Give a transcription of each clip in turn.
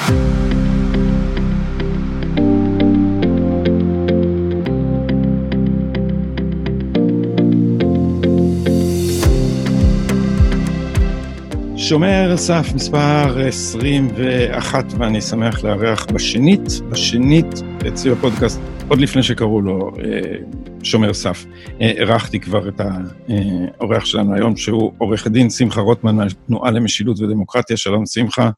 שומר סף מספר 21, ואני שמח לארח בשנית אצלי בפודקאסט, עוד לפני שקראו לו שומר סף. ערכתי כבר את האורח שלנו היום, שהוא עורך הדין שמחה רוטמן מהתנועה למשילות ודמוקרטיה. שלום שמחה.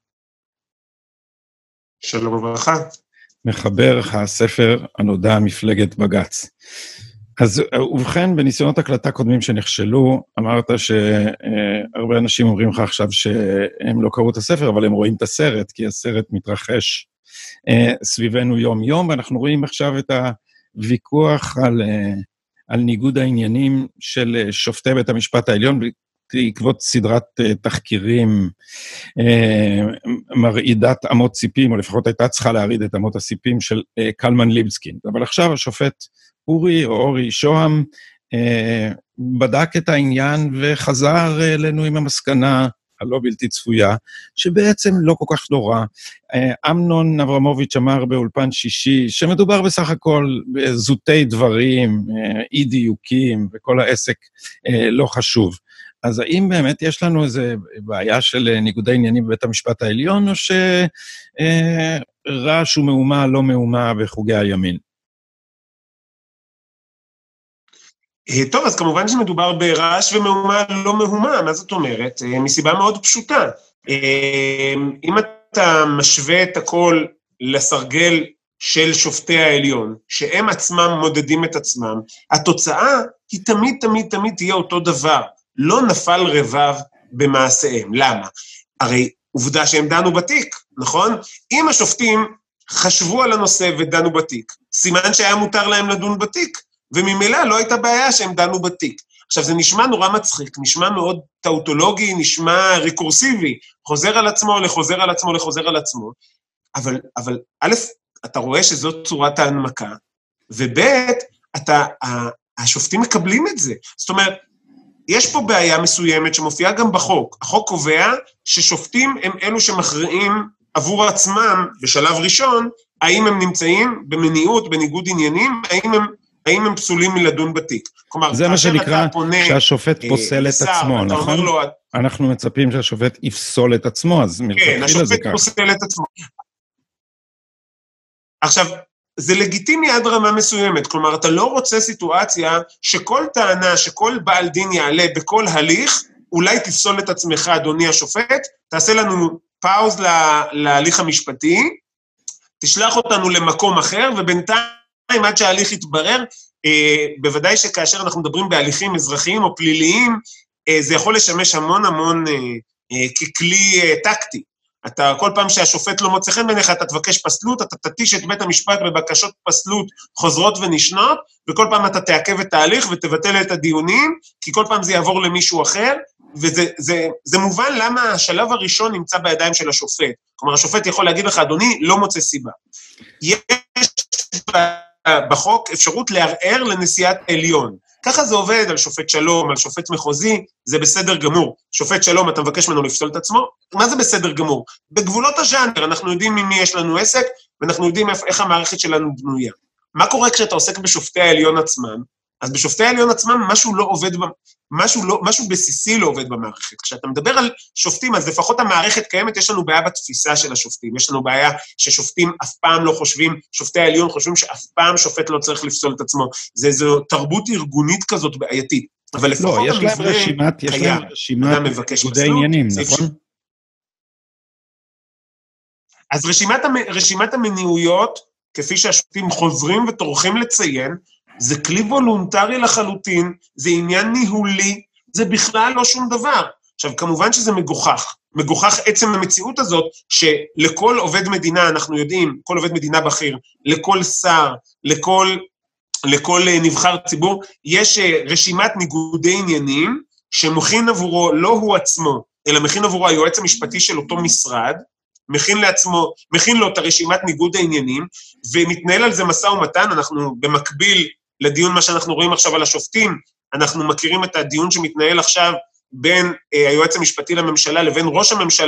שלום וברכה. מחבר הספר הנודע מפלגת בג"ץ. אז ובכן, בניסיונות הקלטה קודמים שנכשלו, אמרת שהרבה אנשים אומרים לך עכשיו שהם לא קראו את הספר, אבל הם רואים את הסרט, כי הסרט מתרחש סביבנו יום-יום, ואנחנו רואים עכשיו את הוויכוח על ניגוד העניינים של שופטי בית המשפט העליון, בעקבות סדרת תחקירים מרעידת אמות ציפים, או לפחות הייתה צריכה להרעיד את אמות הציפים של קלמן ליבסקינד. אבל עכשיו השופט אורי שוהם בדק את העניין וחזר אלינו עם המסקנה הלא בלתי צפויה, שבעצם לא כל כך נורא. אמנון אברמוביץ' אמר באולפן שישי, שמדובר בסך הכל בזוטי דברים, אי דיוקים, וכל העסק לא חשוב. אז האם באמת יש לנו איזו בעיה של ניגודי עניינים בבית המשפט העליון, או שרעש ומהומה לא מהומה בחוגי הימין? טוב, אז כמובן שמדובר ברעש ומהומה לא מהומה. מה זאת אומרת? מסיבה מאוד פשוטה. אם אתה משווה את הכל לסרגל של שופטי העליון, שהם עצמם מודדים את עצמם, התוצאה היא תמיד תהיה אותו דבר. לא נפל רבב במעשיהם. למה? הרי עובדה שהם דנו בתיק, נכון? אם השופטים חשבו על הנושא ודנו בתיק, סימן שהיה מותר להם לדון בתיק, וממילא לא הייתה בעיה שהם דנו בתיק. עכשיו, זה נשמע נורא מצחיק, נשמע מאוד טאוטולוגי, נשמע ריקורסיבי, חוזר על עצמו, לחוזר על עצמו, אבל א', אתה רואה שזאת צורת ההנמקה, וב', השופטים מקבלים את זה. זאת אומרת, יש פה בעיה מסוימת שמופיעה גם בחוק. החוק קובע ששופטים הם אלו שמכריעים עבור עצמם בשלב ראשון, האם הם נמצאים במניעות, בניגוד עניינים, האם הם פסולים מלדון בתיק. כלומר, זה מה שנקרא שהשופט פוסל את עצמו, נכון? אנחנו מצפים שהשופט יפסול את עצמו, אז כן, השופט פוסל את עצמו. עכשיו, זה לגיטימי עד רמה מסוימת, כלומר, אתה לא רוצה סיטואציה שכל טענה, שכל בעל דין יעלה בכל הליך, אולי תפסול את עצמך, אדוני השופט, תעשה לנו פאוז להליך המשפטי, תשלח אותנו למקום אחר, ובינתיים עד שההליך יתברר, בוודאי שכאשר אנחנו מדברים בהליכים אזרחיים או פליליים, זה יכול לשמש המון ככלי טקטי. אתה, כל פעם שהשופט לא מוצא חן בעיניך, אתה תבקש פסלות, אתה תתיש את בית המשפט בבקשות פסלות חוזרות ונשנות, וכל פעם אתה תעכב את ההליך ותבטל את הדיונים, כי כל פעם זה יעבור למישהו אחר, וזה מובן למה השלב הראשון נמצא בידיים של השופט. כלומר, השופט יכול להגיד לך, אדוני, לא מוצא סיבה. יש בחוק אפשרות לערער לנשיאת העליון. ככה זה עובד על שופט שלום, על שופט מחוזי, זה בסדר גמור. שופט שלום, אתה מבקש ממנו לפסול את עצמו? מה זה בסדר גמור? בגבולות הז'אנר, אנחנו יודעים ממי יש לנו עסק, ואנחנו יודעים איך המערכת שלנו בנויה. מה קורה כשאתה עוסק בשופטי העליון עצמם? אז בשופטי העליון עצמם משהו לא עובד, משהו בסיסי לא עובד במערכת. כשאתה מדבר על שופטים, אז לפחות המערכת קיימת, יש לנו בעיה בתפיסה של השופטים, יש לנו בעיה ששופטים אף פעם לא חושבים, שופטי העליון חושבים שאף פעם שופט לא צריך לפסול את עצמו. זו תרבות ארגונית כזאת בעייתית. אבל לפחות לא, יש להם רשימת ניגודי עניינים, נכון? אז רשימת המניעויות, כפי שהשופטים חוזרים וטורחים לציין, זה כלי וולונטרי לחלוטין, זה עניין ניהולי, זה בכלל לא שום דבר. עכשיו, כמובן שזה מגוחך עצם המציאות הזאת, שלכל עובד מדינה, אנחנו יודעים, כל עובד מדינה בכיר, לכל שר, לכל נבחר ציבור, יש רשימת ניגודי עניינים, שמכין עבורו, לא הוא עצמו, אלא מכין עבורו היועץ המשפטי של אותו משרד, מכין לו את הרשימת ניגוד העניינים, ומתנהל על זה משא ומתן. אנחנו במקביל לדיון מה שאנחנו רואים עכשיו על השופטים, אנחנו מכירים את הדיון שמתנהל עכשיו בין היועץ המשפטי לממשלה לבין ראש הממשלה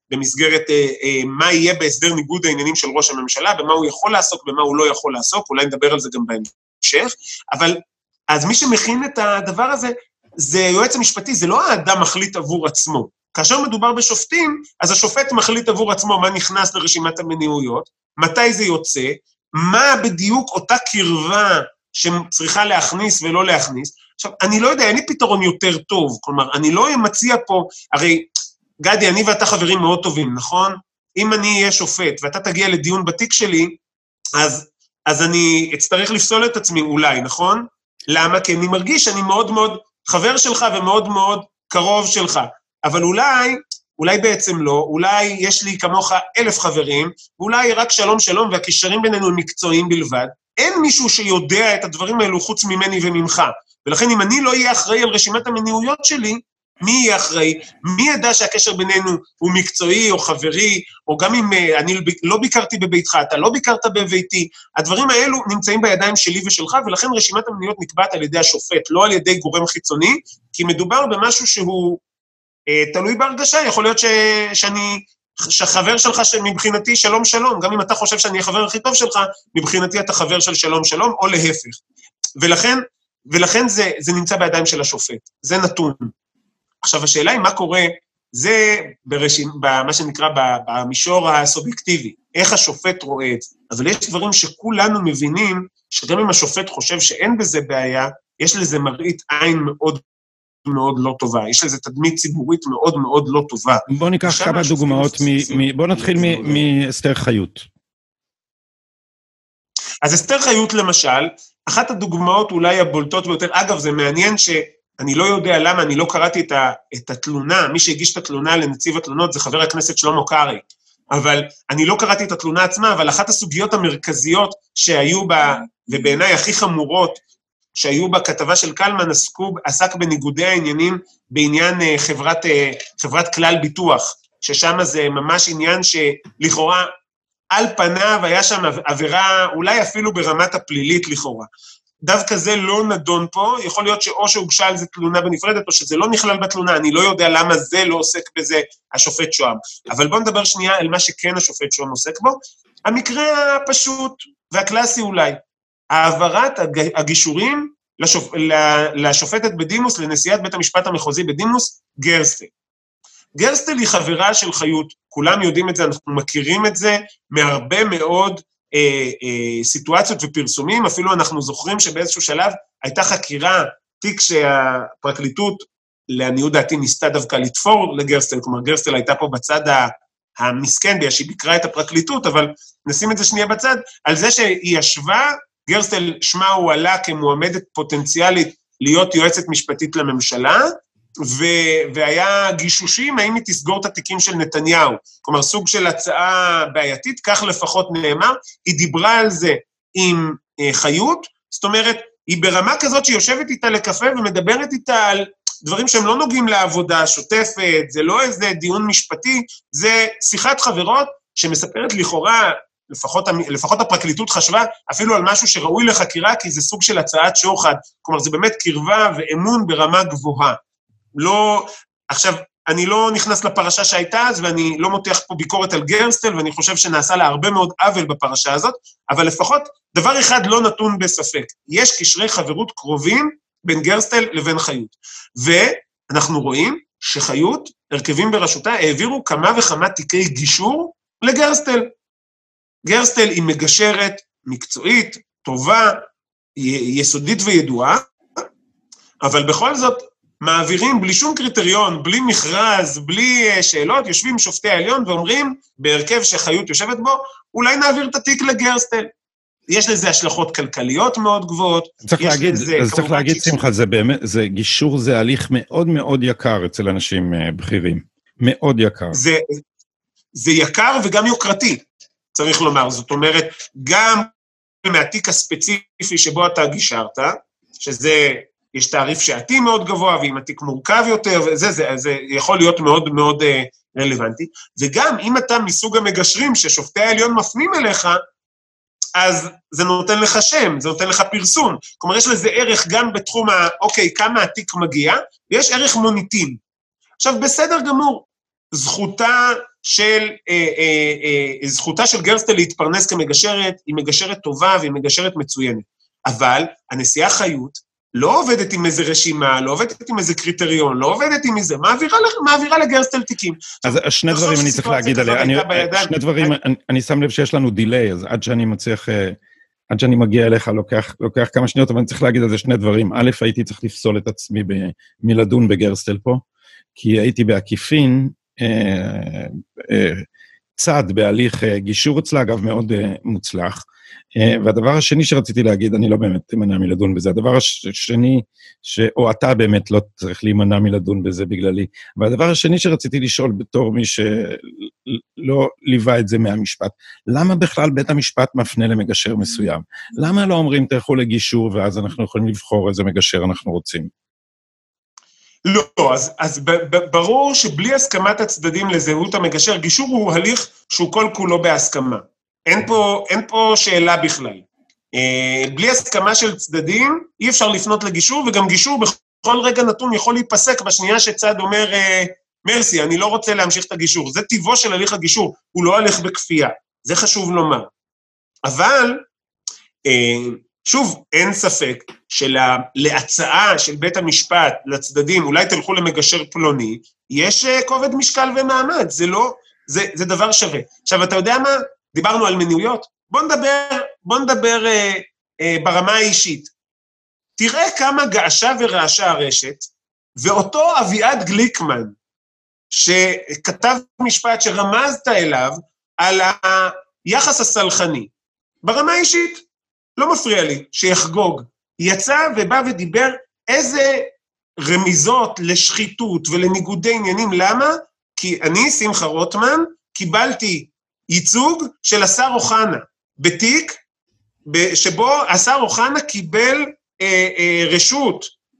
במסגרת מה יהיה בהסדר ניגוד העניינים של ראש הממשלה, במה הוא יכול לעסוק, במה הוא לא יכול לעסוק, אולי נדבר על זה גם בהמשך, אבל אז מי שמכין את הדבר הזה, זה יועץ המשפטי, זה לא האדם מחליט עבור עצמו. כאשר מדובר בשופטים, אז השופט מחליט עבור עצמו מה נכנס לרשימת המניעויות, מתי זה יוצא, מה בדיוק אותה קרבה שצריכה להכניס ולא להכניס. עכשיו, אני לא יודע, אין לי פתרון יותר טוב, כלומר, אני לא מציע פה, הרי, גדי, אני ואתה חברים מאוד טובים, נכון? אם אני אהיה שופט ואתה תגיע לדיון בתיק שלי, אז אני אצטרך לפסול את עצמי אולי, נכון? למה? כי אני מרגיש שאני מאוד מאוד חבר שלך ומאוד מאוד קרוב שלך. אבל אולי בעצם לא, אולי יש לי כמוך 1,000 חברים, ואולי רק שלום שלום והקשרים בינינו הם מקצועיים בלבד. אין מישהו שיודע את הדברים האלו חוץ ממני וממך. ולכן אם אני לא אהיה אחראי על רשימת המניעויות שלי, מי יהיה אחראי? מי ידע שהקשר בינינו הוא מקצועי או חברי, או גם אם אני לא ביקרתי בביתך, אתה לא ביקרת בביתי, הדברים האלו נמצאים בידיים שלי ושלך, ולכן רשימת המניעויות נקבעת על ידי השופט, לא על ידי גורם חיצוני, כי מדובר במשהו שהוא תלוי בהרגשה, יכול להיות שהחבר שלך מבחינתי שלום שלום, גם אם אתה חושב שאני החבר הכי טוב שלך, מבחינתי אתה חבר של שלום שלום, או להפך. ולכן זה נמצא בידיים של השופט, זה נתון. עכשיו השאלה היא מה קורה, זה במה שנקרא במישור הסובייקטיבי, איך השופט רואה את זה, אבל יש דברים שכולנו מבינים, שגם אם השופט חושב שאין בזה בעיה, יש לזה מראית עין מאוד מאוד לא טובה, יש לזה תדמית ציבורית מאוד מאוד לא טובה. בוא ניקח כמה דוגמאות, בוא נתחיל מאסתר חיות. אז אסתר חיות למשל, אחת הדוגמאות אולי הבולטות ביותר, אגב זה מעניין שאני לא יודע למה, אני לא קראתי את התלונה, מי שהגיש את התלונה לנציב התלונות זה חבר הכנסת שלמה קרעי, אבל אני לא קראתי את התלונה עצמה, אבל אחת הסוגיות המרכזיות שהיו בה, ובעיניי הכי חמורות, שהיו בכתבה של קלמן, עסק בניגודי העניינים בעניין חברת כלל ביטוח, ששם זה ממש עניין שלכאורה על פניו היה שם עבירה, אולי אפילו ברמת הפלילית לכאורה. דווקא זה לא נדון פה, יכול להיות שאו שהוגשה על זה תלונה בנפרדת, או שזה לא נכלל בתלונה, אני לא יודע למה זה לא עוסק בזה השופט שוהם. אבל בואו נדבר שנייה על מה שכן השופט שוהם עוסק בו. המקרה הפשוט והקלאסי אולי, העברת הגישורים לשופטת בדימוס, לנשיאת בית המשפט המחוזי בדימוס, גרסטל. גרסטל היא חברה של חיות, כולם יודעים את זה, אנחנו מכירים את זה מהרבה מאוד סיטואציות ופרסומים, אפילו אנחנו זוכרים שבאיזשהו שלב הייתה חקירה, תיק שהפרקליטות, לעניות דעתי, ניסתה דווקא לתפור לגרסטל, כלומר גרסטל הייתה פה בצד המסכן, בגלל שהיא ביקרה את הפרקליטות, אבל נשים את זה שנייה בצד, על זה שהיא ישבה, גרסטל שמה הוא עלה כמועמדת פוטנציאלית להיות יועצת משפטית לממשלה, והיה גישושים, האם היא תסגור את התיקים של נתניהו, כלומר סוג של הצעה בעייתית, כך לפחות נאמר, היא דיברה על זה עם חיות, זאת אומרת, היא ברמה כזאת שיושבת איתה לקפה ומדברת איתה על דברים שהם לא נוגעים לעבודה השוטפת, זה לא איזה דיון משפטי, זה שיחת חברות שמספרת לכאורה, לפחות הפרקליטות חשבה אפילו על משהו שראוי לחקירה, כי זה סוג של הצעת שוחד, כלומר זה באמת קרבה ואמון ברמה גבוהה. לא, עכשיו, אני לא נכנס לפרשה שהייתה אז, ואני לא מותח פה ביקורת על גרסטל, ואני חושב שנעשה לה הרבה מאוד עוול בפרשה הזאת, אבל לפחות דבר אחד לא נתון בספק, יש קשרי חברות קרובים בין גרסטל לבין חיות. ואנחנו רואים שחיות, הרכבים בראשותה, העבירו כמה וכמה תיקי גישור לגרסטל. גרסטל היא מגשרת, מקצועית, טובה, יסודית וידועה, אבל בכל זאת, מעבירים בלי שום קריטריון, בלי מכרז, בלי שאלות, יושבים שופטי העליון ואומרים, בהרכב שחיות יושבת בו, אולי נעביר את התיק לגרסטל. יש לזה השלכות כלכליות מאוד גבוהות. צריך להגיד, שמחה, זה גישור, זה הליך מאוד מאוד יקר אצל אנשים בכירים. מאוד יקר. זה יקר וגם יוקרתי, צריך לומר. זאת אומרת, גם מהתיק הספציפי שבו אתה גישרת, שזה יש תעריף שעתי מאוד גבוה, ואם התיק מורכב יותר, זה יכול להיות מאוד מאוד רלוונטי, וגם אם אתה מסוג המגשרים ששופטי העליון מפנים אליך, אז זה נותן לך שם, זה נותן לך פרסום, כלומר יש לזה ערך גם בתחום אוקיי, כמה התיק מגיע, ויש ערך מוניטין. עכשיו בסדר גמור, זכותה של זכותה של גרסטל להתפרנס כמגשרת, היא מגשרת טובה והיא מגשרת מצוינת. אבל הנשיאה חיות לא עובדת עם איזה רשימה, לא עובדת עם איזה קריטריון, לא עובדת עם איזה, מעבירה לגרסטל תיקים. אז שני דברים אני צריך להגיד עליה, שני דברים, אני שם לב שיש לנו דילי, אז עד שאני מגיע אליך, לוקח כמה שניות, אבל אני צריך להגיד על זה שני דברים. א', הייתי צריך לפסול את עצמי מלדון בגרסטל פה, כי הייתי בעקיפין, צד בהליך גישור אצלה, אגב מאוד מוצלח, והדבר השני שרציתי להגיד, אני לא באמת אמנע מלדון בזה, הדבר השני, או אתה באמת לא צריך להימנע מלדון בזה בגללי, והדבר השני שרציתי לשאול בתור מי שלא ליווה את זה מהמשפט, למה בכלל בית המשפט מפנה למגשר מסוים? למה לא אומרים תלכו לגישור, ואז אנחנו יכולים לבחור איזה מגשר אנחנו רוצים? לא, אז ברור שבלי הסכמת הצדדים לזהות המגשר, גישור הוא הליך שהוא כל כולו בהסכמה. אין פה שאלה בכלל. בלי הסכמה של צדדים, אי אפשר לפנות לגישור, וגם גישור בכל רגע נתון יכול להיפסק בשנייה שצד אומר, מרסי, אני לא רוצה להמשיך את הגישור. זה טבעו של הליך הגישור, הוא לא הליך בכפייה. זה חשוב לומר. אבל, שוב, אין ספק שלהצעה של בית המשפט, לצדדים, אולי תלכו למגשר פלוני, יש כובד משקל ומעמד, זה דבר שווה. עכשיו, אתה יודע מה? דיברנו על מניעויות, בוא נדבר ברמה האישית. תראה כמה געשה ורעשה הרשת, ואותו אביעד גליקמן, שכתב משפט שרמזת אליו, על היחס הסלחני. ברמה האישית, לא מפריע לי, שיחגוג. יצא ובא ודיבר איזה רמיזות לשחיתות ולניגודי עניינים, למה? כי אני, שמחה רוטמן, קיבלתי ייצוג של השר אוחנה, בתיק שבו השר אוחנה קיבל רשות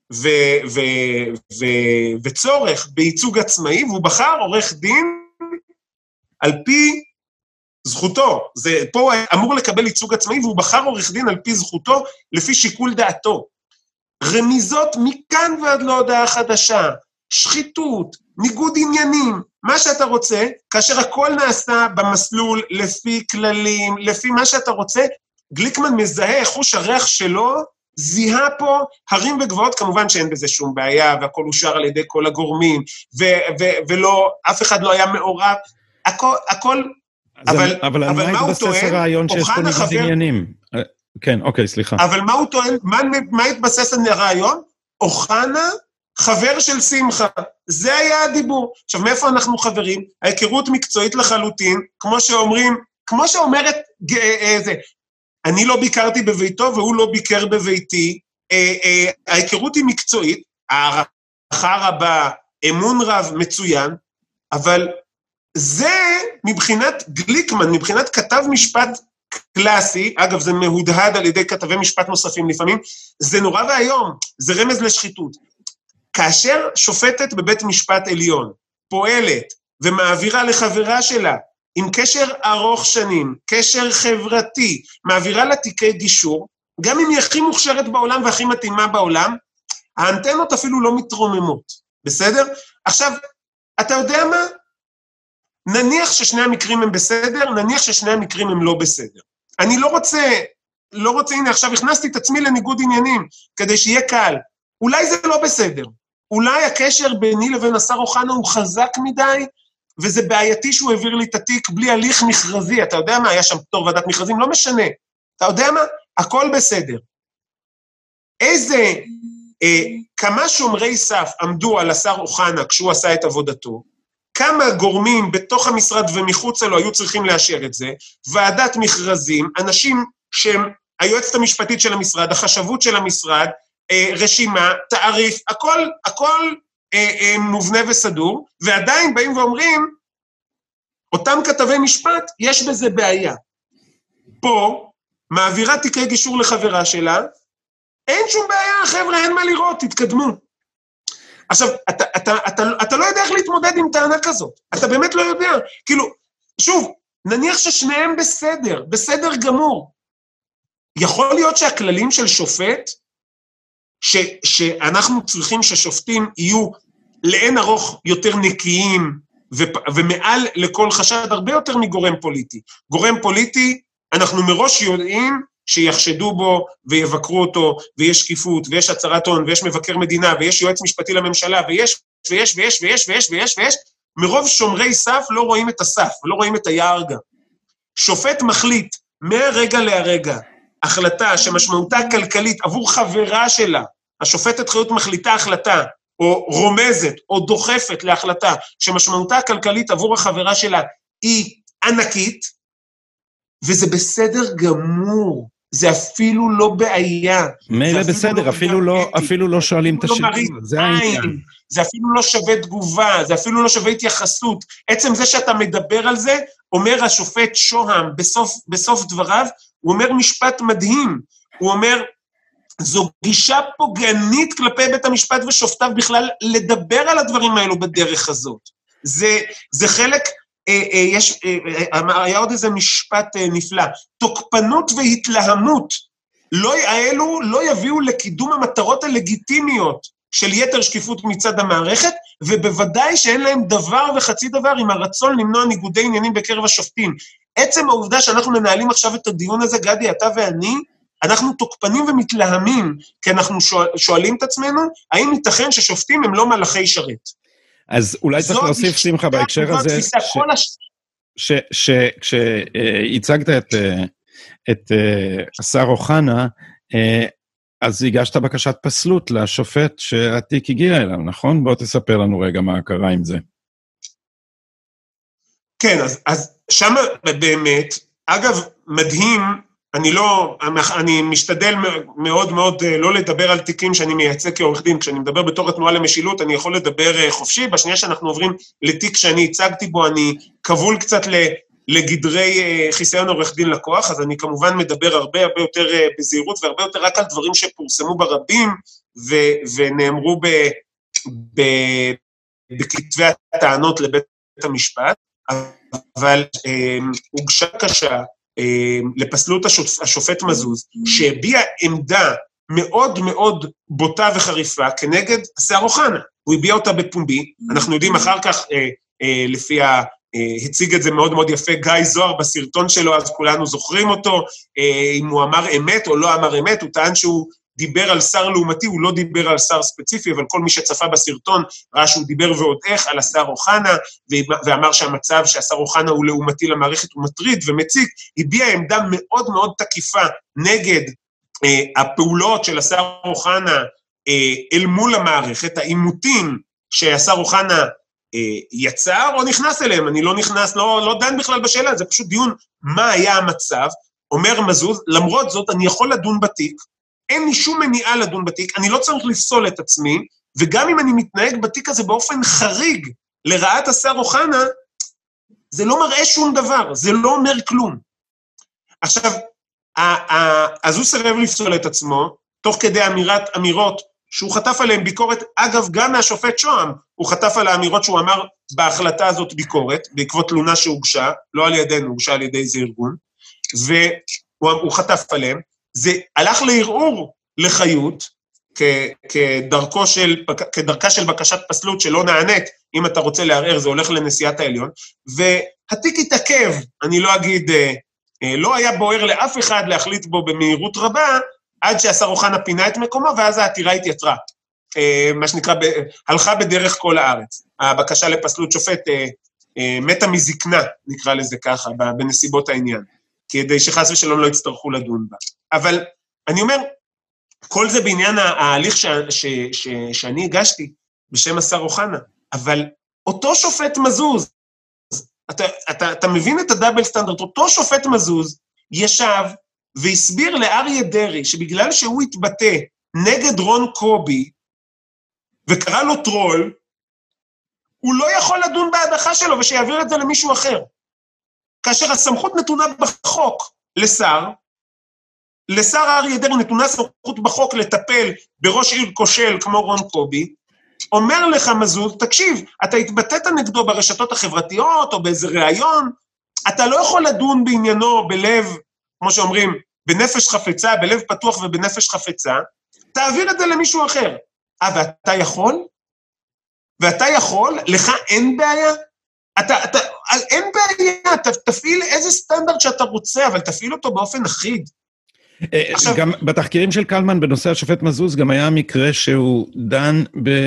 וצורך בייצוג עצמאי, והוא בחר עורך דין על פי זכותו. פה הוא אמור לקבל ייצוג עצמאי, והוא בחר עורך דין על פי זכותו, לפי שיקול דעתו. רמיזות מכאן ועד לא הודעה חדשה, שחיתות, ניגוד עניינים, מה שאתה רוצה, כאשר הכל נעשה במסלול, לפי כללים, לפי מה שאתה רוצה, גליקמן מזהה חוש הריח שלו, זיהה פה הרים וגבעות, כמובן שאין בזה שום בעיה, והכל אושר על ידי כל הגורמים, ולא, אף אחד לא היה מעורב, הכל, אבל מה הוא טוען? שיש פה ניגוד עניינים. כן, אוקיי, סליחה. אבל מה הוא טוען? מה התבסס על הרעיון? אוחנה, חבר של שמחה, זה היה הדיבור. עכשיו, מאיפה אנחנו חברים? ההיכרות מקצועית לחלוטין, כמו שאומרת זה, אני לא ביקרתי בביתו, והוא לא ביקר בביתי, ההיכרות היא מקצועית, הערכה רבה, אמון רב, מצוין, אבל זה מבחינת גליקמן, מבחינת כתב משפט קלאסי, אגב זה מהודהד על ידי כתבי משפט נוספים לפעמים, זה נורא והיום, זה רמז לשחיתות. כאשר שופטת בבית משפט עליון פועלת ומעבירה לחברה שלה עם קשר ארוך שנים, קשר חברתי, מעבירה לה תיקי גישור, גם אם היא הכי מוכשרת בעולם והכי מתאימה בעולם, האנטנות אפילו לא מתרוממות, בסדר? עכשיו, אתה יודע מה? נניח ששני המקרים הם בסדר, נניח ששני המקרים הם לא בסדר. אני לא רוצה, הנה עכשיו הכנסתי את עצמי לניגוד עניינים, כדי שיהיה קל. אולי זה לא בסדר. אולי הקשר ביני לבין השר אוחנה הוא חזק מדי, וזה בעייתי שהוא העביר לי את התיק בלי הליך מכרזי. אתה יודע מה? היה שם פטור ועדת מכרזים, לא משנה. אתה יודע מה? הכל בסדר. כמה שומרי סף עמדו על השר אוחנה כשהוא עשה את עבודתו, כמה גורמים בתוך המשרד ומחוץ לו היו צריכים לאשר את זה, ועדת מכרזים, אנשים שהם היועצת המשפטית של המשרד, החשבות של המשרד, רשימה, תעריף, הכל מובנה וסדור, ועדיין באים ואומרים, אותם כתבי משפט, יש בזה בעיה. פה, מעבירה תיקי גישור לחברה שלה, אין שום בעיה, חבר'ה, אין מה לראות, תתקדמו. עכשיו, אתה לא יודע איך להתמודד עם טענה כזאת, אתה באמת לא יודע, כאילו, שוב, נניח ששניהם בסדר גמור, יכול להיות שהכללים של שופט, שאנחנו צריכים ששופטים יהיו לאין ארוך יותר נקיים ומעל לכל חשד הרבה יותר מגורם פוליטי. גורם פוליטי, אנחנו מראש יודעים שיחשדו בו ויבקרו אותו, ויש שקיפות, ויש הצהרת הון, ויש מבקר מדינה, ויש יועץ משפטי לממשלה, ויש, מרוב שומרי סף לא רואים את הסף, לא רואים את היער גם. שופט מחליט מהרגע להרגע, החלטה שמשמעותה כלכלית עבור חברה שלה, השופטת חיות מחליטה החלטה, או רומזת, או דוחפת להחלטה, שמשמעותה הכלכלית עבור החברה שלה היא ענקית, וזה בסדר גמור, זה אפילו לא בעיה. מילא בסדר, אפילו לא שואלים את השאלה, זה העניין. זה אפילו לא שווה תגובה, זה אפילו לא שווה התייחסות. עצם זה שאתה מדבר על זה, אומר השופט שוהם בסוף דבריו, הוא אומר משפט מדהים, הוא אומר, זו גישה פוגענית כלפי בית המשפט ושופטיו בכלל לדבר על הדברים האלו בדרך הזאת. זה חלק, היה עוד איזה משפט נפלא, תוקפנות והתלהמות, האלו לא יביאו לקידום המטרות הלגיטימיות של יתר שקיפות מצד המערכת, ובוודאי שאין להם דבר וחצי דבר עם הרצון למנוע ניגודי עניינים בקרב השופטים. עצם העובדה שאנחנו מנהלים עכשיו את הדיון הזה, גדי, אתה ואני, אנחנו תוקפנים ומתלהמים, כי אנחנו שואלים את עצמנו, האם ייתכן ששופטים הם לא מלאכי שרת? אז אולי צריך להוסיף, שמחה, בהקשר הזה, כשהצגת את השר אוחנה, אז הגשת בקשת פסלות לשופט שהתיק הגיע אליו, נכון? בוא תספר לנו רגע מה קרה עם זה. כן, אז שם באמת, אגב, מדהים, אני משתדל מאוד מאוד לא לדבר על תיקים שאני מייצג כעורך דין, כשאני מדבר בתור התנועה למשילות, אני יכול לדבר חופשי, בשנייה שאנחנו עוברים לתיק שאני הצגתי בו, אני כבול קצת לגדרי חיסיון עורך דין לקוח, אז אני כמובן מדבר הרבה יותר בזהירות, והרבה יותר רק על דברים שפורסמו ברבים, ונאמרו בכתבי הטענות לבית המשפט, אבל הוגשה קשה, לפסלות השופט מזוז, שהביע עמדה מאוד מאוד בוטה וחריפה כנגד השר אוחנה. הוא הביע אותה בפומבי, אנחנו יודעים אחר כך, לפי הציג את זה מאוד מאוד יפה גיא זוהר בסרטון שלו, אז כולנו זוכרים אותו, אם הוא אמר אמת או לא אמר אמת, הוא טען שהוא דיבר על שר לעומתי, הוא לא דיבר על שר ספציפי, אבל כל מי שצפה בסרטון ראה שהוא דיבר ועוד איך על השר אוחנה, ואמר שהמצב שהשר אוחנה הוא לעומתי למערכת, הוא מטריד ומציק, הביע עמדה מאוד מאוד תקיפה נגד הפעולות של השר אוחנה אל מול המערכת, העימותים שהשר אוחנה יצר או נכנס אליהם, אני לא נכנס, לא דן בכלל בשאלה, זה פשוט דיון מה היה המצב, אומר מזוז, למרות זאת אני יכול לדון בתיק, אין לי שום מניעה לדון בתיק, אני לא צריך לפסול את עצמי, וגם אם אני מתנהג בתיק הזה באופן חריג לרעת השר אוחנה, זה לא מראה שום דבר, זה לא אומר כלום. עכשיו, אז הוא סרב לפסול את עצמו, תוך כדי אמירות שהוא חטף עליהן ביקורת, אגב, גם מהשופט שוהם, הוא חטף על האמירות שהוא אמר בהחלטה הזאת ביקורת, בעקבות תלונה שהוגשה, לא על ידינו, הוגשה על ידי איזה ארגון, והוא חטף עליהן, זה הלך לערעור לחיות, כדרכה של בקשת פסלות שלא נענית, אם אתה רוצה לערער, זה הולך לנשיאת העליון, והתיק התעכב, אני לא אגיד, לא היה בוער לאף אחד להחליט בו במהירות רבה, עד שהשר אוחנה פינה את מקומו, ואז העתירה התייתרה, מה שנקרא, הלכה בדרך כל הארץ. הבקשה לפסלות שופט מתה מזקנה, נקרא לזה ככה, בנסיבות העניין, כדי שחס ושלום לא יצטרכו לדון בה. אבל אני אומר, כל זה בעניין ההליך שאני הגשתי בשם השר אוחנה, אבל אותו שופט מזוז, אתה מבין את הדאבל סטנדרט, אותו שופט מזוז ישב והסביר לאריה דרעי שבגלל שהוא התבטא נגד רון קובי וקרא לו טרול, הוא לא יכול לדון בהדחה שלו ושיעביר את זה למישהו אחר. כאשר הסמכות נתונה בחוק לשר אריה דרעי נתונה סמכות בחוק לטפל בראש עיר כושל כמו רון קובי, אומר לך מזוז, תקשיב, אתה התבטאת נגדו ברשתות החברתיות או באיזה ראיון, אתה לא יכול לדון בעניינו בלב, כמו שאומרים, בנפש חפצה, בלב פתוח ובנפש חפצה, תעביר את זה למישהו אחר. ואתה יכול? ואתה יכול? לך אין בעיה? אין בעיה, תפעיל איזה סטנדרט שאתה רוצה, אבל תפעיל אותו באופן אחיד. גם בתחקירים של קלמן בנושא השופט מזוז, גם היה מקרה שהוא דן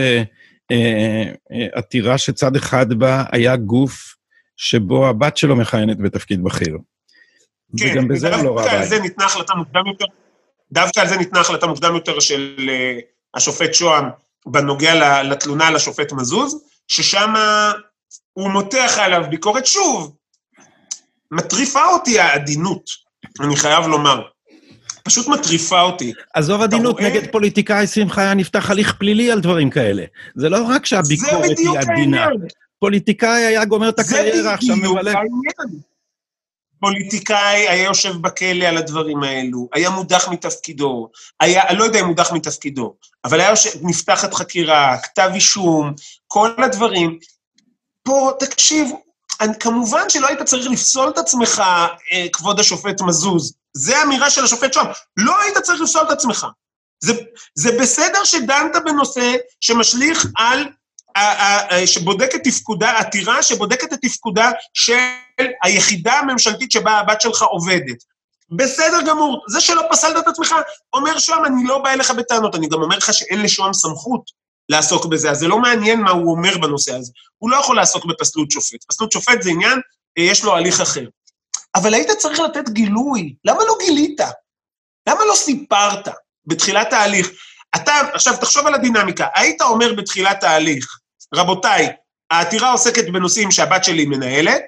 בעתירה שצד אחד בה היה גוף שבו הבת שלו מכהנת בתפקיד בכיר. כן, וגם בזה לא רע. דווקא על זה ניתנה החלטה מוקדם יותר של השופט שוהם, בנוגע לתלונה על השופט מזוז, ששם הוא מותח עליו ביקורת שוב, מטריפה אותי העדינות, אני חייב לומר. פשוט מטריפה אותי. עזוב עדינות, נגד פוליטיקאי שמחה היה נפתח הליך פלילי על דברים כאלה. זה לא רק שהביקורת היא עדינה. פוליטיקאי היה גומר את הקריירה, עכשיו מבלק. פוליטיקאי היה יושב בכלא על הדברים האלו, היה מודח מתפקידו, אני לא יודע אם מודח מתפקידו, אבל היה נפתחת חקירה, כתב אישום, כל הדברים. פה, תקשיב, כמובן שלא היית צריך לפסול את עצמך, כבוד השופט מזוז. זה האמירה של השופט שם. לא היית צריך לפסול את עצמך. זה בסדר שדנת בנושא שמשליך על, שבודק את תפקודה, עתירה שבודקת את תפקודה של היחידה הממשלתית שבה הבת שלך עובדת. בסדר גמור. זה שלא פסלת את עצמך, אומר שם, אני לא בא אליך בטענות, אני גם אומר לך שאין לשוהם סמכות לעסוק בזה, אז זה לא מעניין מה הוא אומר בנושא הזה. הוא לא יכול לעסוק בפסלות שופט. פסלות שופט זה עניין, יש לו הליך אחר. אבל היית צריך לתת גילוי. למה לא גילית? למה לא סיפרת בתחילת ההליך? אתה, עכשיו תחשוב על הדינמיקה, היית אומר בתחילת ההליך, רבותיי, העתירה עוסקת בנושאים שהבת שלי מנהלת,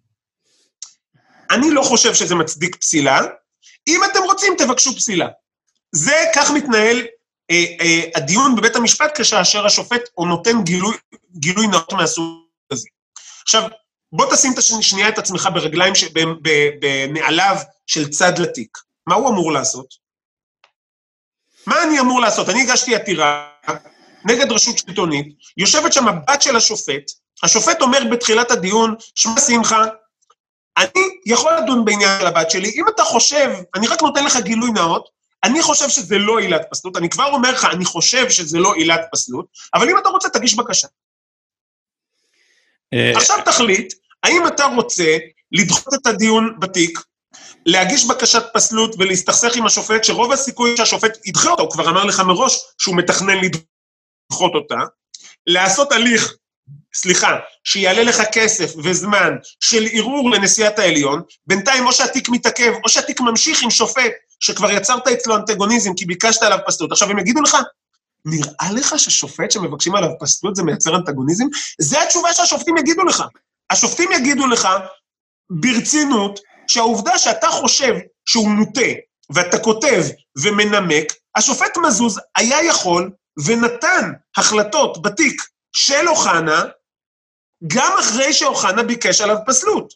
אני לא חושב שזה מצדיק פסילה, אם אתם רוצים תבקשו פסילה. זה כך מתנהל הדיון בבית המשפט, כאשר השופט הוא נותן גילוי נאות מהסוג הזה. עכשיו, בוא תשים שנייה את עצמך ברגליים, בנעליו של צד לתיק. מה הוא אמור לעשות? מה אני אמור לעשות? אני הגשתי עתירה נגד רשות שלטונית, יושבת שם הבת של השופט, השופט אומר בתחילת הדיון, שמע שמחה, אני יכול לדון בעניין של הבת שלי, אם אתה חושב, אני רק נותן לך גילוי נאות, אני חושב שזה לא עילת פסלות, אני כבר אומר לך, אני חושב שזה לא עילת פסלות, אבל אם אתה רוצה, תגיש בקשה. עכשיו תחליט, האם אתה רוצה לדחות את הדיון בתיק, להגיש בקשת פסלות ולהסתכסך עם השופט, שרוב הסיכוי שהשופט ידחה אותה, הוא כבר אמר לך מראש שהוא מתכנן לדחות אותה, לעשות הליך, שיעלה לך כסף וזמן של ערעור לנשיאת העליון, בינתיים או שהתיק מתעכב, או שהתיק ממשיך עם שופט, שכבר יצרת אצלו אנטגוניזם, כי ביקשת עליו פסלות. עכשיו הם יגידו לך, נראה לך ששופט שמבקשים עליו פסלות זה מייצר אנטגוניזם? זה התשובה שהשופטים יגידו לך. השופטים יגידו לך ברצינות, שהעובדה שאתה חושב שהוא מוטה, ואתה כותב ומנמק, השופט מזוז היה יכול ונתן החלטות בתיק של אוחנה, גם אחרי שאוחנה ביקש עליו פסלות.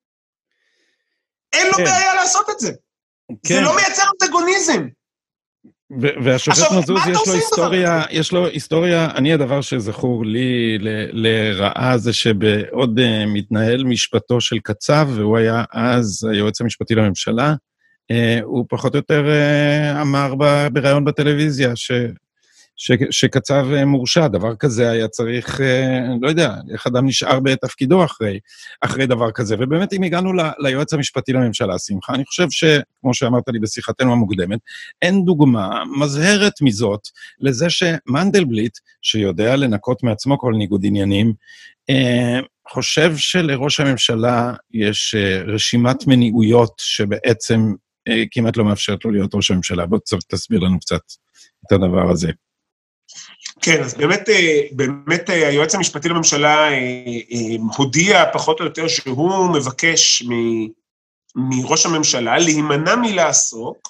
אין לו בעיה לעשות את זה. זה לא מייצר אנטגוניזם. והשופט מזוז יש לו היסטוריה, אני הדבר שזכור לי לרעה זה שבעוד מתנהל משפטו של קצב, והוא היה אז היועץ המשפטי לממשלה, הוא פחות או יותר אמר בראיון בטלוויזיה שקצב מורשע, דבר כזה היה צריך, לא יודע, איך אדם נשאר בתפקידו אחרי דבר כזה, ובאמת אם הגענו ליועץ המשפטי לממשלה, שמחה, אני חושב שכמו שאמרת לי בשיחתנו המוקדמת, אין דוגמה מזהרת מזאת, לזה שמנדלבליט, שיודע לנקות מעצמו כל ניגוד עניינים, חושב שלראש הממשלה יש רשימת מניעויות שבעצם כמעט לא מאפשרת לו להיות ראש הממשלה. בוא תסביר לנו קצת את הדבר הזה. כן, אז באמת היועץ המשפטי לממשלה הודיע פחות או יותר שהוא מבקש מראש הממשלה להימנע מלעסוק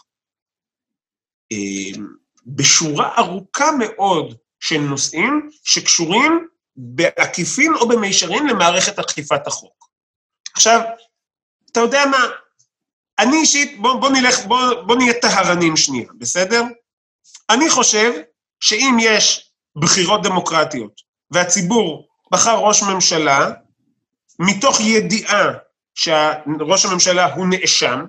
בשורה ארוכה מאוד של נושאים שקשורים בעקיפין או במישרין למערכת אכיפת החוק. עכשיו, אתה יודע מה, אני אישית, בוא נהיה טהרנים שנייה, בסדר? אני חושב שאם יש בחירות דמוקרטיות, והציבור בחר ראש ממשלה, מתוך ידיעה שראש הממשלה הוא נאשם,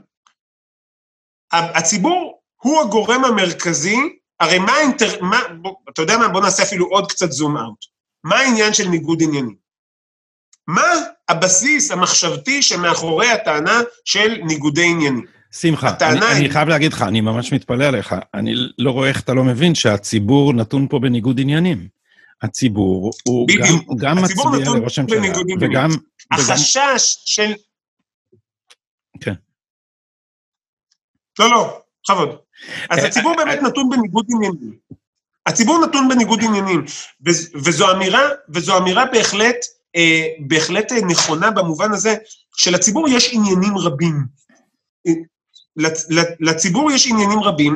הציבור הוא הגורם המרכזי, הרי אתה יודע מה, בוא נעשה אפילו עוד קצת זום אאוט. מה העניין של ניגוד עניינים? מה הבסיס המחשבתי שמאחורי הטענה של ניגודי עניינים? שמחה, אני חייב להגיד לך, אני ממש מתפלא עליך, אני לא רואה איך אתה לא מבין שהציבור נתון פה בניגוד עניינים. הציבור הוא גם מצביע לראש הממשלה, וגם... החשש של... כן. לא, חבוד. אז הציבור באמת נתון בניגוד עניינים. הציבור נתון בניגוד עניינים, וזו אמירה בהחלט נכונה במובן הזה, שלציבור יש עניינים רבים. לציבור יש עניינים רבים,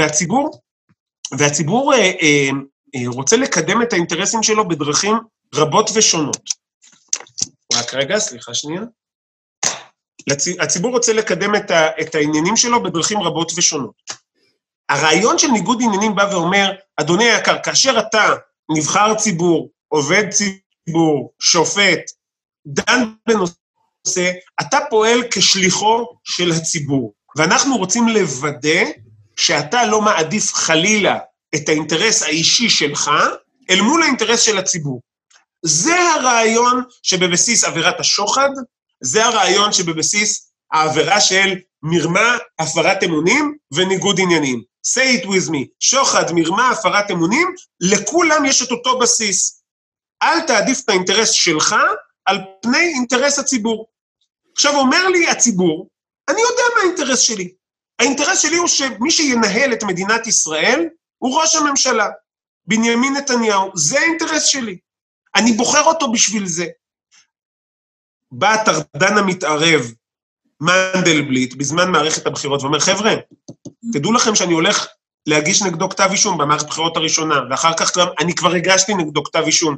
והציבור רוצה לקדם את האינטרסים שלו בדרכים רבות ושונות. רק רגע, סליחה שנייה. הציבור רוצה לקדם את העניינים שלו בדרכים רבות ושונות. הרעיון של ניגוד עניינים בא ואומר, אדוני היקר, כאשר אתה נבחר ציבור, עובד ציבור, שופט, דן בנושא, אתה פועל כשליחו של הציבור. ואנחנו רוצים לוודא שאתה לא מעדיף חלילה את האינטרס האישי שלך, אל מול האינטרס של הציבור. זה הרעיון שבבסיס עבירת השוחד, זה הרעיון שבבסיס העבירה של מרמה, הפרת אמונים וניגוד עניינים. Say it with me, שוחד, מרמה, הפרת אמונים, לכולם יש את אותו בסיס. אל תעדיף את האינטרס שלך על פני אינטרס הציבור. עכשיו אומר לי הציבור, אני יודע מה האינטרס שלי. האינטרס שלי הוא שמי שינהל את מדינת ישראל הוא ראש הממשלה. בנימין נתניהו, זה האינטרס שלי. אני בוחר אותו בשביל זה. בא הטרדן המתערב, מנדלבליט, בזמן מערכת הבחירות, ואומר, חבר'ה, תדעו לכם שאני הולך להגיש נגדו כתב אישום במערכת הבחירות הראשונה, ואחר כך גם אני כבר הגשתי נגדו כתב אישום.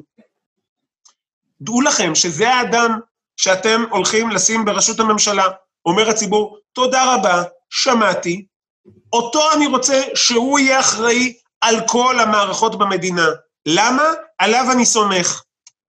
דעו לכם שזה האדם שאתם הולכים לשים בראשות הממשלה. אומר הציבור, תודה רבה, שמעתי, אותו אני רוצה שהוא יהיה אחראי על כל המערכות במדינה. למה? עליו אני סומך.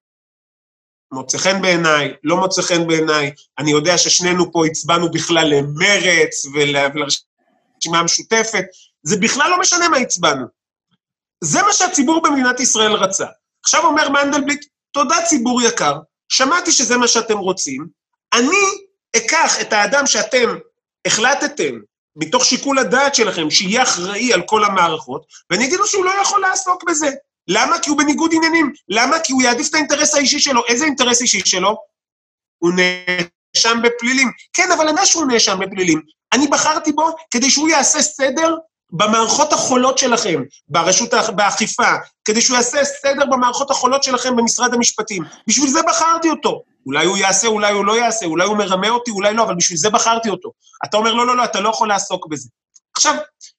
מוצא חן בעיניי, לא מוצא חן בעיניי, אני יודע ששנינו פה הצבענו בכלל למרץ ולרשימה המשותפת, זה בכלל לא משנה מה הצבענו. זה מה שהציבור במדינת ישראל רצה. עכשיו אומר מנדלבליט, תודה ציבור יקר, שמעתי שזה מה שאתם רוצים, אני אקח את האדם שאתם החלטתם, מתוך שיקול הדעת שלכם, שיהיה אחראי על כל המערכות, ואני אגיד לו שהוא לא יכול לעסוק בזה. למה? כי הוא בניגוד עניינים. למה? כי הוא יעדיף את האינטרס האישי שלו. איזה אינטרס אישי שלו? הוא נאשם בפלילים. כן, אבל אני שהוא נאשם בפלילים. אני בחרתי בו כדי שהוא יעשה סדר במערכות החולות שלכם, באכיפה, כדי שהוא יעשה סדר במערכות החולות שלכם במשרד המשפטים. בשביל זה בחרתי אותו. אולי הוא יעשה, אולי הוא לא יעשה, אולי הוא מרמה אותי, אולי לא, אבל בשביל זה בחרתי אותו. אתה אומר, לא, אתה לא יכול לעסוק בזה. עכשיו,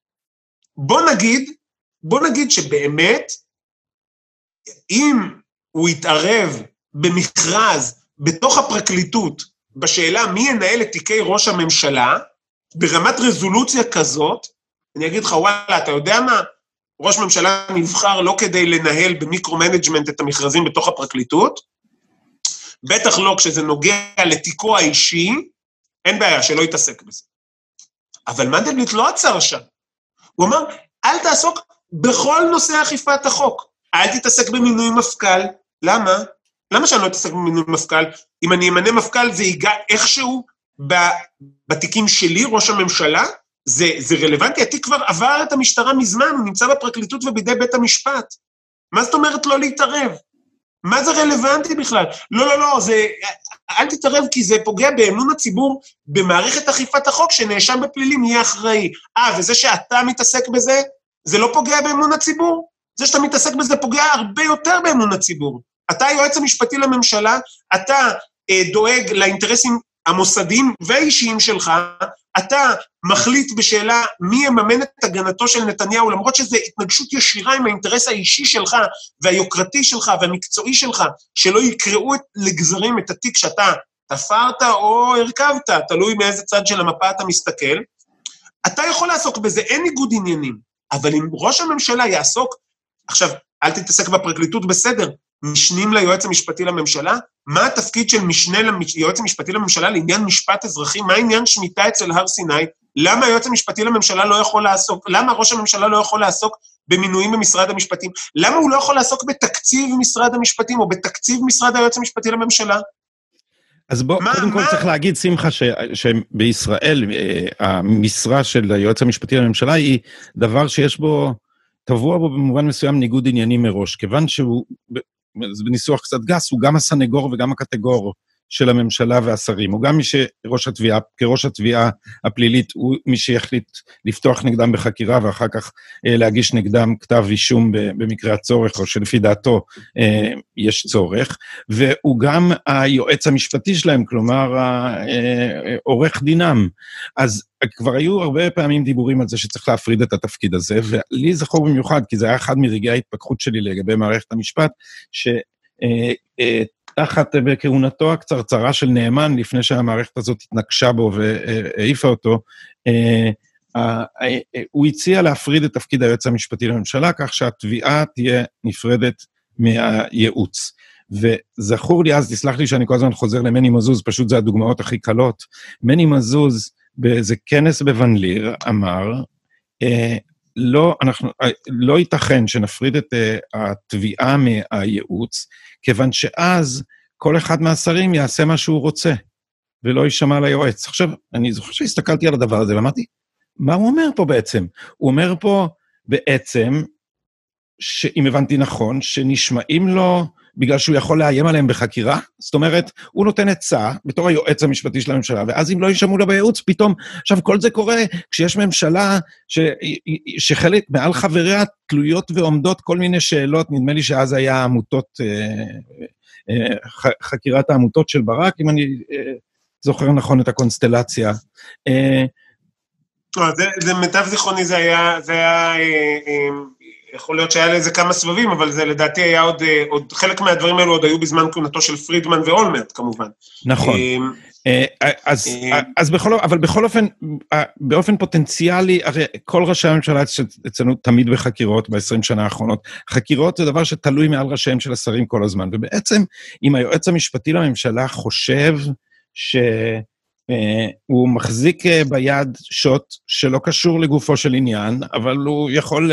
בוא נגיד שבאמת, אם הוא יתערב במכרז בתוך הפרקליטות, בשאלה מי ינהל את תיקי ראש הממשלה, ברמת רזולוציה כזאת, אני אגיד לך, וואלה, אתה יודע מה? ראש ממשלה נבחר לא כדי לנהל במיקרו-מנג'מנט את המכרזים בתוך הפרקליטות, בטח לא כשזה נוגע לתיקו האישי, אין בעיה שלא יתעסק בזה. אבל מנדלבליט לא עצר שם. הוא אמר, אל תעסוק בכל נושא אכיפת החוק. אל תתעסק במינוי מפכ"ל. למה? למה שאני לא אתעסק במינוי מפכ"ל? אם אני אמנה מפכ"ל זה ייגע איכשהו בתיקים שלי, ראש הממשלה, זה רלוונטי. התיק כבר עבר את המשטרה מזמן, הוא נמצא בפרקליטות ובידי בית המשפט. מה זאת אומרת לא להתערב? מה זה רלוונטי בכלל? לא, אל תתערב כי זה פוגע באמון הציבור במערכת אכיפת החוק שנאשם בפלילים יהיה אחראי. וזה שאתה מתעסק בזה, זה לא פוגע באמון הציבור? זה שאתה מתעסק בזה פוגע הרבה יותר באמון הציבור. אתה היועץ המשפטי לממשלה, אתה דואג לאינטרסים המוסדיים והאישיים שלך, אתה מחליט בשאלה מי יממן את הגנתו של נתניהו, למרות שזה התנגשות ישירה עם האינטרס האישי שלך, והיוקרתי שלך, והמקצועי שלך, שלא יקראו לגזרים את התיק שאתה תפרת או הרכבת, תלוי מאיזה צד של המפה אתה מסתכל, אתה יכול לעסוק בזה, אין ניגוד עניינים, אבל אם ראש הממשלה יעסוק, עכשיו, אל תתעסק בפרקליטות בסדר, משנים ליועץ המשפטי לממשלה, מה התפקיד של משנה ליועץ המשפטי לממשלה לעניין משפט אזרחי, מה העניין שמיטה אצל הר סיני, למה היועץ המשפטי לממשלה לא יכול לעסוק, למה ראש הממשלה לא יכול לעסוק במינויים במשרד המשפטים, למה הוא לא יכול לעסוק בתקציב משרד המשפטים, או בתקציב משרד היועץ המשפטי לממשלה, אז בוא, קודם כל צריך להגיד, שמחה, שבישראל, המשרה של היועץ המשפטי לממשלה היא דבר שיש בו, טבוע בו במובן מסוים ניגוד עניינים מראש, כיוון שהוא, זה בניסוח קצת גס, הוא גם הסנגור וגם הקטגור של הממשלה והשרים, הוא גם מי שראש התביעה, כראש התביעה הפלילית, הוא מי שיחליט לפתוח נגדם בחקירה, ואחר כך להגיש נגדם כתב אישום במקרה הצורך, או שלפי דעתו יש צורך, והוא גם היועץ המשפטי שלהם, כלומר, עורך דינם. אז כבר היו הרבה פעמים דיבורים על זה שצריך להפריד את התפקיד הזה, ולי זכור במיוחד, כי זה היה אחד מרגעי ההתפכחות שלי לגבי מערכת המשפט, תחת בכהונתו הקצרצרה של נאמן, לפני שהמערכת הזאת התנקשה בו והעיפה אותו, הוא הציע להפריד את תפקיד היועץ המשפטי לממשלה, כך שהתביעה תהיה נפרדת מהייעוץ. וזכור לי אז, תסלח לי שאני כל הזמן חוזר למני מזוז, פשוט זה הדוגמאות הכי קלות. מני מזוז, באיזה כנס בוונליר, אמר, לא ייתכן שנפריד את התביעה מהייעוץ, כיוון שאז כל אחד מהשרים יעשה מה שהוא רוצה, ולא יישמע ליועץ. עכשיו, אני זוכר שהסתכלתי על הדבר הזה, ואמרתי, מה הוא אומר פה בעצם? הוא אומר פה בעצם, שאם הבנתי נכון, שנשמעים לו, בגלל שהוא יכול לאיים עליהם בחקירה, זאת אומרת, הוא נותן עצה, בתור היועץ המשפטי של הממשלה, ואז אם לא יישמעו לו בייעוץ, פתאום, עכשיו כל זה קורה, כשיש ממשלה, שחלק מעל חבריה, תלויות ועומדות כל מיני שאלות, נדמה לי שאז היה עמותות, חקירת העמותות של ברק, אם אני זוכר נכון את הקונסטלציה. זה מיטב זיכרוני, זה היה יכול להיות שהיה לזה כמה סבבים, אבל זה לדעתי היה עוד חלק מהדברים האלו עוד היו בזמן כהונתו של פרידמן ואולמרט, כמובן. נכון. אבל בכל אופן, באופן פוטנציאלי, הרי כל ראשי הממשלה אצלנו תמיד בחקירות, ב-20 שנה האחרונות, חקירות זה דבר שתלוי מעל ראשיהם של השרים כל הזמן, ובעצם, אם היועץ המשפטי לממשלה חושב הוא מחזיק ביד שוט שלא קשור לגופו של עניין, אבל הוא יכול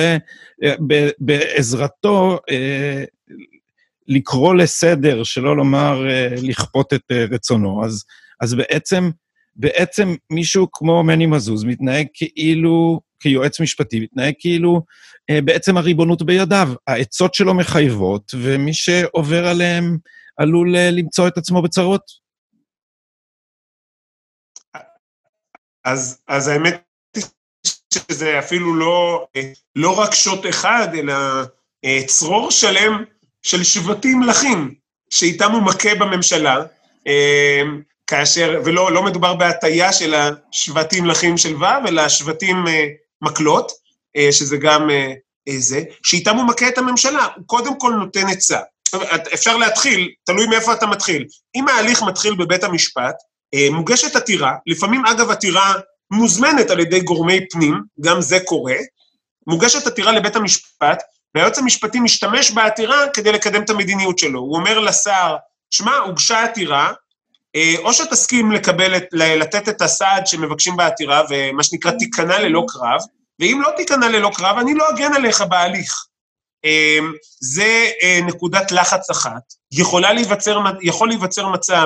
בעזרתו לקרוא לסדר, שלא לומר לכפות את רצונו. אז בעצם מישהו כמו מני מזוז מתנהג כאילו, כיועץ משפטי, מתנהג כאילו בעצם הריבונות בידיו. העצות שלו מחייבות, ומי שעובר עליהם עלול למצוא את עצמו בצרות. אז האמת היא שזה אפילו לא רק שוט אחד, אלא צרור שלם של שבטים מלכים, שאיתם הוא מכה בממשלה, כאשר, ולא מדובר בהטיה של השבטים מלכים של ו', אלא שבטים מקלות, שזה גם זה, שאיתם הוא מכה את הממשלה, הוא קודם כל נותן עצה. אפשר להתחיל, תלוי מאיפה אתה מתחיל. אם ההליך מתחיל בבית המשפט, מוגשת עתירה, לפעמים אגב עתירה מוזמנת על ידי גורמי פנים, גם זה קורה, מוגשת עתירה לבית המשפט, והיועץ המשפטי משתמש בעתירה כדי לקדם את המדיניות שלו. הוא אומר לשר, שמע, הוגשה עתירה, או שתסכים לתת את הסעד שמבקשים בעתירה, ומה שנקרא תיכנע ללא קרב, ואם לא תיכנע ללא קרב, אני לא אגן עליך בהליך. זה נקודת לחץ אחת. יכול להיווצר מצב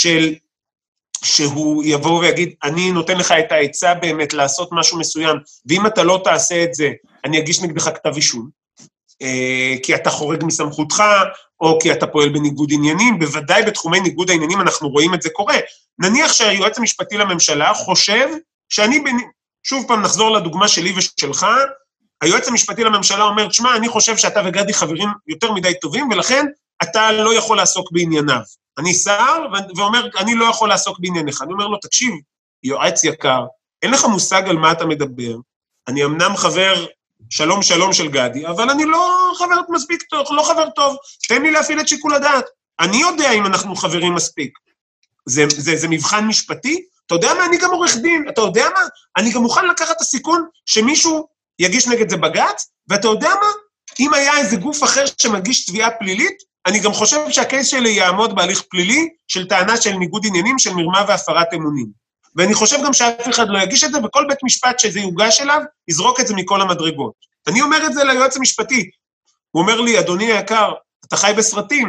שהוא יבוא ויגיד, אני נותן לך את העצה באמת לעשות משהו מסוים, ואם אתה לא תעשה את זה, אני אגיש נגדך כתב אישום, כי אתה חורג מסמכותך, או כי אתה פועל בניגוד עניינים, בוודאי בתחומי ניגוד העניינים אנחנו רואים את זה קורה. נניח שהיועץ המשפטי לממשלה חושב שוב פעם נחזור לדוגמה שלי ושלך, היועץ המשפטי לממשלה אומר, תשמע, אני חושב שאתה וגדי חברים יותר מדי טובים, ולכן אתה לא יכול לעסוק בענייניו. אני שר, ואומר, אני לא יכול לעסוק בענייניך. אני אומר לו, תקשיב, יועץ יקר, אין לך מושג על מה אתה מדבר, אני אמנם חבר שלום של גדי, אבל אני לא חבר מספיק טוב, לא חבר טוב, תן לי להפעיל את שיקול הדעת. אני יודע אם אנחנו חברים מספיק. זה מבחן משפטי, אתה יודע מה? אני גם עורך דין, אתה יודע מה? אני גם מוכן לקחת את הסיכון שמישהו יגיש נגד זה בג"ץ, ואתה יודע מה? אם היה איזה גוף אחר שמגיש תביעה פלילית, אני גם חושב שהקייס שלי יעמוד בהליך פלילי של טענה של ניגוד עניינים, של מרמה והפרת אמונים. ואני חושב גם שאף אחד לא יגיש את זה, וכל בית משפט שזה יוגש אליו, יזרוק את זה מכל המדרגות. אני אומר את זה ליועץ המשפטי. הוא אומר לי, אדוני היקר, אתה חי בסרטים,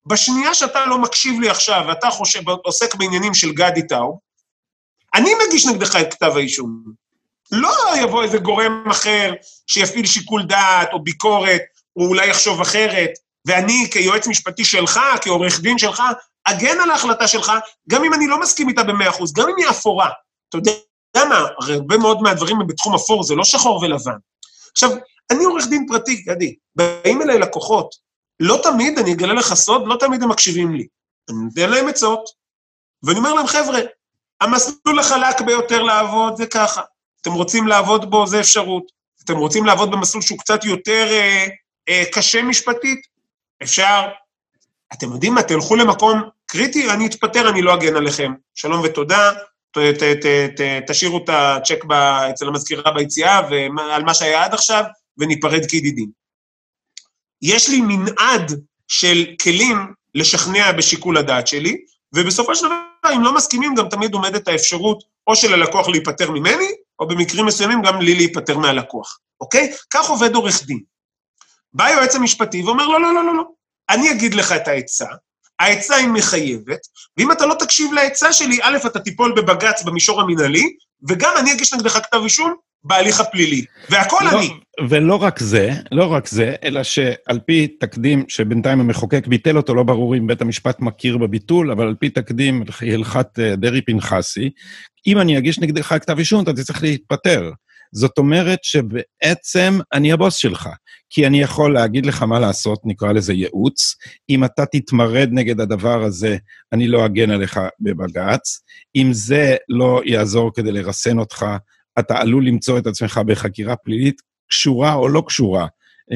בשנייה שאתה לא מקשיב לי עכשיו, ואתה עוסק בעניינים של גדי טאוב, אני מגיש נגדך את כתב האישום. לא יבוא איזה גורם אחר שיפעיל שיקול דעת או ביקורת, או אולי יחשוב אחרת, ואני כיועץ משפטי שלך, כעורך דין שלך, אגן על ההחלטה שלך, גם אם אני לא מסכים איתה ב100%, גם אם היא אפורה. אתה יודע מה, הרבה מאוד מהדברים הם בתחום אפור, זה לא שחור ולבן. עכשיו, אני עורך דין פרטי, גדי, באים אליי לקוחות, לא תמיד, אני אגלה לך סוד, לא תמיד הם מקשיבים לי. אני נותן להם עצות, ואני אומר להם, חבר'ה, המסלול החלק ביותר לעבוד זה ככה. אתם רוצים לעבוד בו, זה אפשרות. אתם רוצים לעבוד במסלול שהוא קצת יותר קשה משפטית, אפשר. אתם יודעים מה, תלכו למקום קריטי, אני אתפטר, אני לא אגן עליכם. שלום ותודה, תשאירו את הצ'ק אצל המזכירה ביציאה, ועל מה שהיה עד עכשיו, וניפרד כידידים. יש לי מנעד של כלים לשכנע בשיקול הדעת שלי, ובסופו של דבר, אם לא מסכימים, גם תמיד עומדת האפשרות, או של הלקוח להיפטר ממני, או במקרים מסוימים גם לי להיפטר מהלקוח. אוקיי? כך עובד עורך דין. בא היועץ המשפטי ואומר, לא, לא, לא, לא, לא. אני אגיד לך את העצה, העצה היא מחייבת, ואם אתה לא תקשיב לעצה שלי, א', אתה תיפול בבגץ במישור המנהלי, וגם אני אגיש נגדך כתב אישום בהליך הפלילי. והכל לא, אני. ולא רק זה, לא רק זה, אלא שעל פי תקדים שבינתיים המחוקק ביטל אותו, לא ברור אם בית המשפט מכיר בביטול, אבל על פי תקדים הלכת דרי פנחסי, אם אני אגיש נגדך כתב אישום, אתה צריך להתפטר. זאת אומרת שבעצם אני הבוס שלך, כי אני יכול להגיד לך מה לעשות, נקרא לזה ייעוץ, אם אתה תתמרד נגד הדבר הזה, אני לא אגן עליך בבגץ, אם זה לא יעזור כדי לרסן אותך, אתה עלול למצוא את עצמך בחקירה פלילית, קשורה או לא קשורה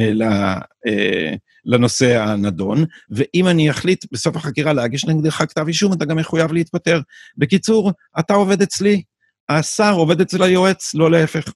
לנושא הנדון, ואם אני אחליט בסוף החקירה להגיש נגדך כתב אישום, אתה גם מחויב להתפטר. בקיצור, אתה עובד אצלי, השר עובד אצל היועץ, לא להפך.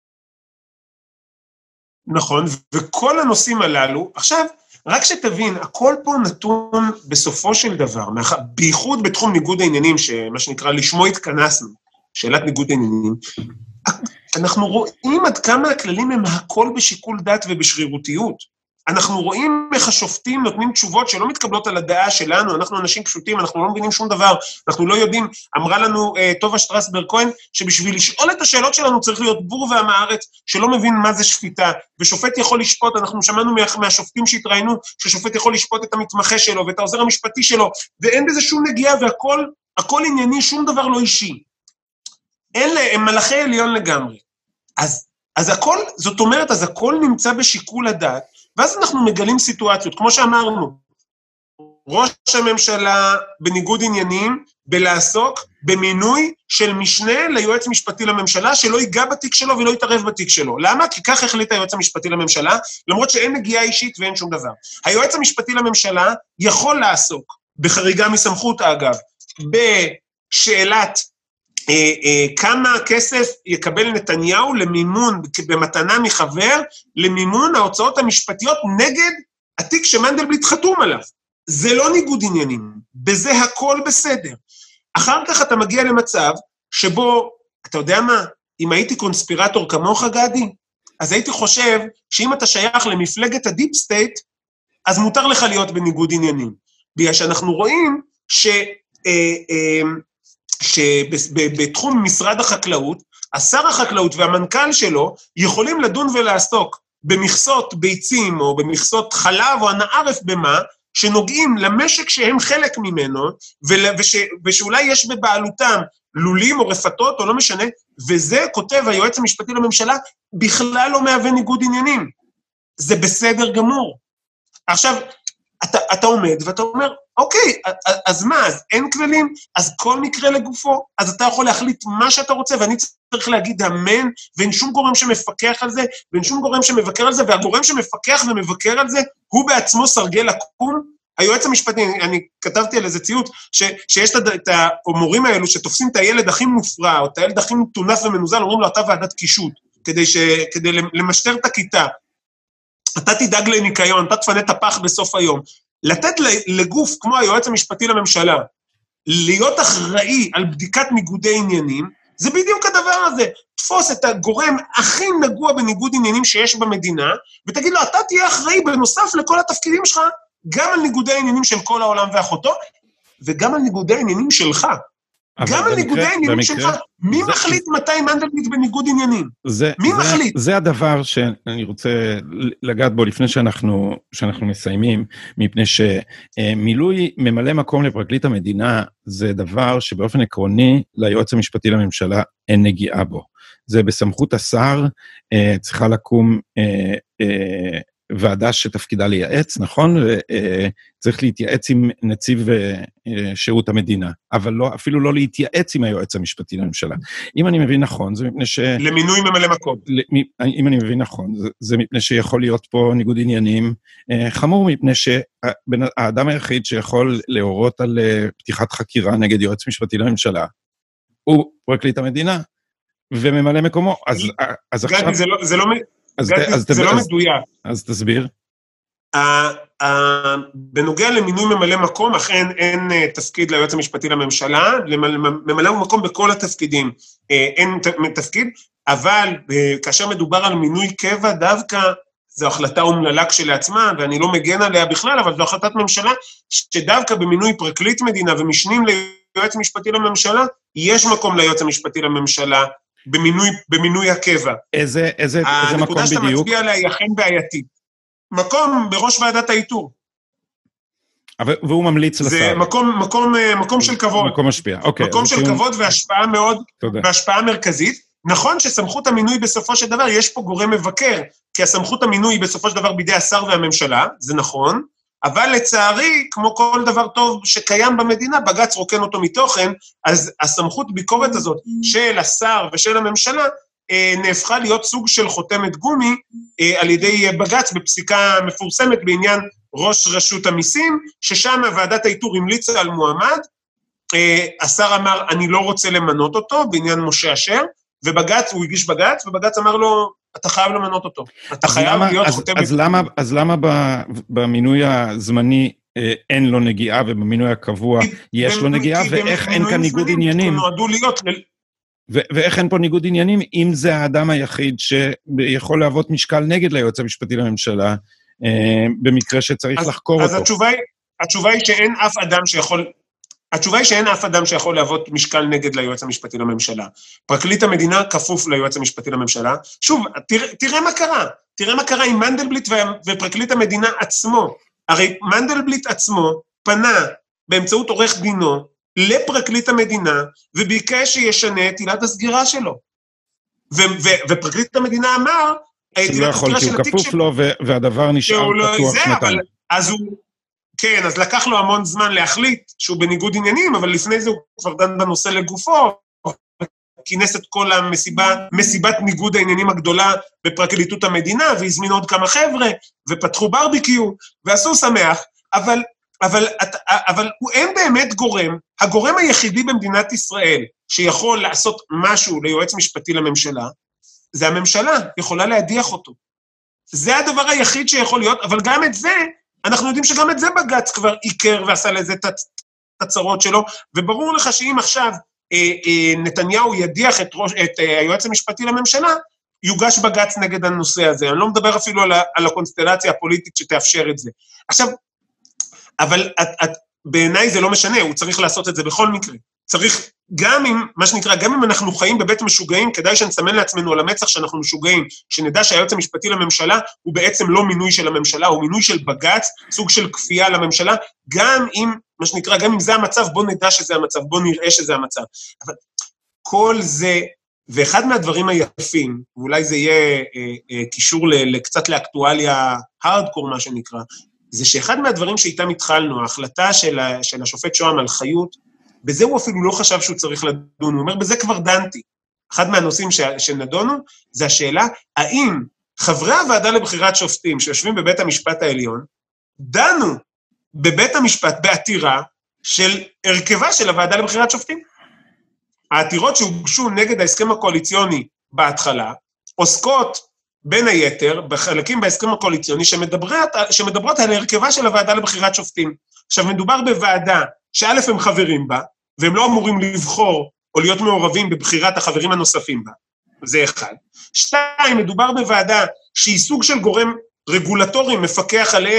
נכון, וכל הנושאים הללו, עכשיו, רק שתבין, הכל פה נתון בסופו של דבר, בייחוד בתחום ניגוד העניינים, שמה שנקרא לשמו התכנסנו, שאלת ניגוד העניינים, אנחנו רואים עד כמה הכללים הם הכל בשיקול דעת ובשרירותיות. אנחנו רואים איך השופטים נותנים תשובות שלא מתקבלות על הדעה שלנו, אנחנו אנשים פשוטים, אנחנו לא מבינים שום דבר, אנחנו לא יודעים, אמרה לנו טובה שטרסברג כהן, שבשביל לשאול את השאלות שלנו צריך להיות בור ועם הארץ, שלא מבין מה זה שפיטה, ושופט יכול לשפוט, אנחנו שמענו מהשופטים שהתראינו, ששופט יכול לשפוט את המתמחה שלו, ואת העוזר המשפטי שלו, ואין בזה שום נגיעה, והכל ענייני, שום דבר לא אישי. הם מלאכי עליון לגמרי. אז הכל, זאת אומרת, אז הכל נמצא בשיקול הדעת, ואז אנחנו מגלים סיטואציות, כמו שאמרנו, ראש הממשלה בניגוד עניינים, בלעסוק במינוי של משנה ליועץ משפטי לממשלה, שלא ייגע בתיק שלו ולא יתערב בתיק שלו. למה? כי כך החליט היועץ המשפטי לממשלה, למרות שאין נגיעה אישית ואין שום דבר. היועץ המשפטי לממשלה יכול לעסוק, בחריגה מסמכות אגב, בשאלת כמה כסף יקבל נתניהו למימון, במתנה מחבר, למימון ההוצאות המשפטיות נגד התיק שמנדלבליט חתום עליו. זה לא ניגוד עניינים, בזה הכל בסדר. אחר כך אתה מגיע למצב שבו, אתה יודע מה, אם הייתי קונספירטור כמוך גדי, אז הייתי חושב שאם אתה שייך למפלגת הדיפ סטייט, אז מותר לך להיות בניגוד עניינים. בגלל שאנחנו רואים שבתחום משרד החקלאות, השר החקלאות והמנכ"ל שלו יכולים לדון ולעסוק במכסות ביצים או במכסות חלב או הנערף במה, שנוגעים למשק שהם חלק ממנו, ושאולי יש בבעלותם לולים או רפתות או לא משנה, וזה כותב היועץ המשפטי לממשלה, בכלל לא מהווה ניגוד עניינים. זה בסדר גמור. עכשיו, אתה עומד ואתה אומר, אוקיי, אז מה, אז אין כללים? אז כל מקרה לגופו, אז אתה יכול להחליט מה שאתה רוצה, ואני צריך להגיד אמן, ואין שום גורם שמפקח על זה, ואין שום גורם שמבקר על זה, והגורם שמפקח ומבקר על זה, הוא בעצמו סרגל לקום. היועץ המשפטי, אני כתבתי על איזה ציוט, שיש את המורים האלו שתופסים את הילד הכי מופרע, או את הילד הכי מטונף ומנוזל, אומרים לו, אתה ועדת קישוט, כדי למשטר את הכיתה. אתה תדאג לניקיון, אתה תפנה את הפח בסוף היום. לתת לגוף כמו היועץ המשפטי לממשלה, להיות אחראי על בדיקת ניגודי עניינים, זה בדיוק הדבר הזה. תפוס את הגורם הכי נגוע בניגוד עניינים שיש במדינה, ותגיד לו, אתה תהיה אחראי בנוסף לכל התפקידים שלך, גם על ניגודי העניינים של כל העולם ואחותו, וגם על ניגודי העניינים שלך. גם על ניגודי העניינים שלך. מי מחליט מתי מנדלבליט בניגוד עניינים? מי מחליט? זה הדבר שאני רוצה לגעת בו לפני שאנחנו מסיימים, מפני שמילוי ממלא מקום לפרקליט המדינה, זה דבר שבאופן עקרוני ליועץ המשפטי לממשלה אין נגיעה בו. זה בסמכות השר, צריכה לקום ועדה שתפקידה לייעץ, נכון? צריך להתייעץ עם נציב שירות המדינה, אבל לא, אפילו לא להתייעץ עם היועץ המשפטי לממשלה. אם אני מבין נכון, זה מפני למינוי ממלא מקום. אם אני מבין נכון, זה מפני שיכול להיות פה ניגוד עניינים חמור, מפני שהאדם היחיד שיכול להורות על פתיחת חקירה נגד יועץ משפטי לממשלה, הוא פרקליט המדינה, וממלא מקומו. אז עכשיו... גדי, זה לא מדויק. אז תסביר. בנוגע למינוי ממלא מקום, אכן אין תפקיד ליועץ המשפטי לממשלה, ממלא מקום בכל התפקידים אין תפקיד, אבל כאשר מדובר על מינוי קבע, דווקא זו החלטה אומללה כשלעצמה, ואני לא מגן עליה בכלל, אבל זו החלטת ממשלה, שדווקא במינוי פרקליט מדינה ומשנים ליועץ המשפטי לממשלה, יש מקום ליועץ המשפטי לממשלה, במינוי הקבע. איזה מקום בדיוק? הנקודה שאתה מצביע עליה היא אכן בעייתית. מקום בראש ועדת האיתור. והוא ממליץ לשר. זה מקום של כבוד. מקום משפיע, אוקיי. מקום של כבוד והשפעה מאוד, והשפעה מרכזית. נכון שסמכות המינוי בסופו של דבר, יש פה גורם מבקר, כי הסמכות המינוי בסופו של דבר בידי השר והממשלה, זה נכון, אבל לצערי, כמו כל דבר טוב שקיים במדינה, בג"ץ רוקן אותו מתוכן, אז הסמכות ביקורת הזאת של השר ושל הממשלה, נהפכה להיות סוג של חותמת גומי, על ידי בג"ץ בפסיקה מפורסמת בעניין ראש רשות המיסים, ששם ועדת האיתור המליצה על מועמד, השר אמר, אני לא רוצה למנות אותו, בעניין משה אשר, ובג"ץ, הוא הגיש בג"ץ, ובג"ץ אמר לו, אתה חייב למנות אותו. אתה חייב להיות חותמת... אז למה במינוי הזמני אין לו נגיעה, ובמינוי הקבוע יש לו נגיעה, ואיך אין כאן ניגוד עניינים? ואיך אין פה ניגוד עניינים, אם זה האדם היחיד שיכול להוות משקל נגד ליועץ המשפטי לממשלה, במקרה שצריך לחקור אותו. אז התשובה היא שאין אף אדם שיכול... התשובה היא שאין אף אדם שיכול להוות משקל נגד ליועץ המשפטי לממשלה. פרקליט המדינה כפוף ליועץ המשפטי לממשלה. שוב, תראה מה קרה. תראה מה קרה עם מנדלבליט ופרקליט המדינה עצמו. הרי מנדלבליט עצמו פנה באמצעות עורך דינו לפרקליט המדינה, וביקש שישנה את עילת הסגירה שלו. ופרקליט המדינה אמר, שלא יכול, כי הוא כפוף לו, והדבר נשאר פתוח שנתיים. כן, אז לקח לו המון זמן להחליט שהוא בניגוד עניינים, אבל לפני זה הוא כבר דן בנושא לגופו, כינס את כל מסיבת ניגוד העניינים הגדולה בפרקליטות המדינה, והזמין עוד כמה חבר'ה, ופתחו ברביקיו, ועשו שמח, אבל הוא אין באמת גורם, הגורם היחידי במדינת ישראל, שיכול לעשות משהו ליועץ משפטי לממשלה, זה הממשלה, יכולה להדיח אותו. זה הדבר היחיד שיכול להיות, אבל גם את זה, אנחנו יודעים שגם את זה בג"ץ כבר עיקר ועשה לזה את הצרות שלו, וברור לך שאם עכשיו נתניהו ידיח את היועץ המשפטי לממשלה, יוגש בג"ץ נגד הנושא הזה. אני לא מדבר אפילו על הקונסטלציה הפוליטית שתאפשר את זה. עכשיו, אבל בעיניי זה לא משנה, הוא צריך לעשות את זה בכל מקרה. צריך, גם אם, מה שנקרא, גם אם אנחנו חיים בבית משוגעים, כדאי שנסמן לעצמנו על המצח שאנחנו משוגעים, שנדע שהיועץ המשפטי לממשלה הוא בעצם לא מינוי של הממשלה, הוא מינוי של בג"ץ, סוג של כפייה לממשלה, גם אם, מה שנקרא, גם אם זה המצב, בוא נדע שזה המצב, בוא נראה שזה המצב. אבל כל זה, ואחד מהדברים היפים, ואולי זה יהיה קישור קצת לאקטואליה הארדקור, מה שנקרא, זה שאחד מהדברים שאיתם התחלנו, ההחלטה של השופט שוהם על חיות, בזה הוא אפילו לא חשב שהוא צריך לדון, הוא אומר, בזה כבר דנתי. אחד מהנושאים שנדונו, זה השאלה, האם חברי הוועדה לבחירת שופטים, שיושבים בבית המשפט העליון, דנו בבית המשפט בעתירה של הרכבה של הוועדה לבחירת שופטים. העתירות שהוגשו נגד ההסכם הקואליציוני בהתחלה, עוסקות בין היתר, בחלקים בהסכם הקואליציוני, שמדברות על הרכבה של הוועדה לבחירת שופטים. עכשיו, מדובר בוועדה שא' הם חברים בה, והם לא אמורים לבחור או להיות מעורבים בבחירת החברים הנוספים בה. זה אחד. 2, מדובר בוועדה שהיא סוג של גורם רגולטורי מפקח עליהם.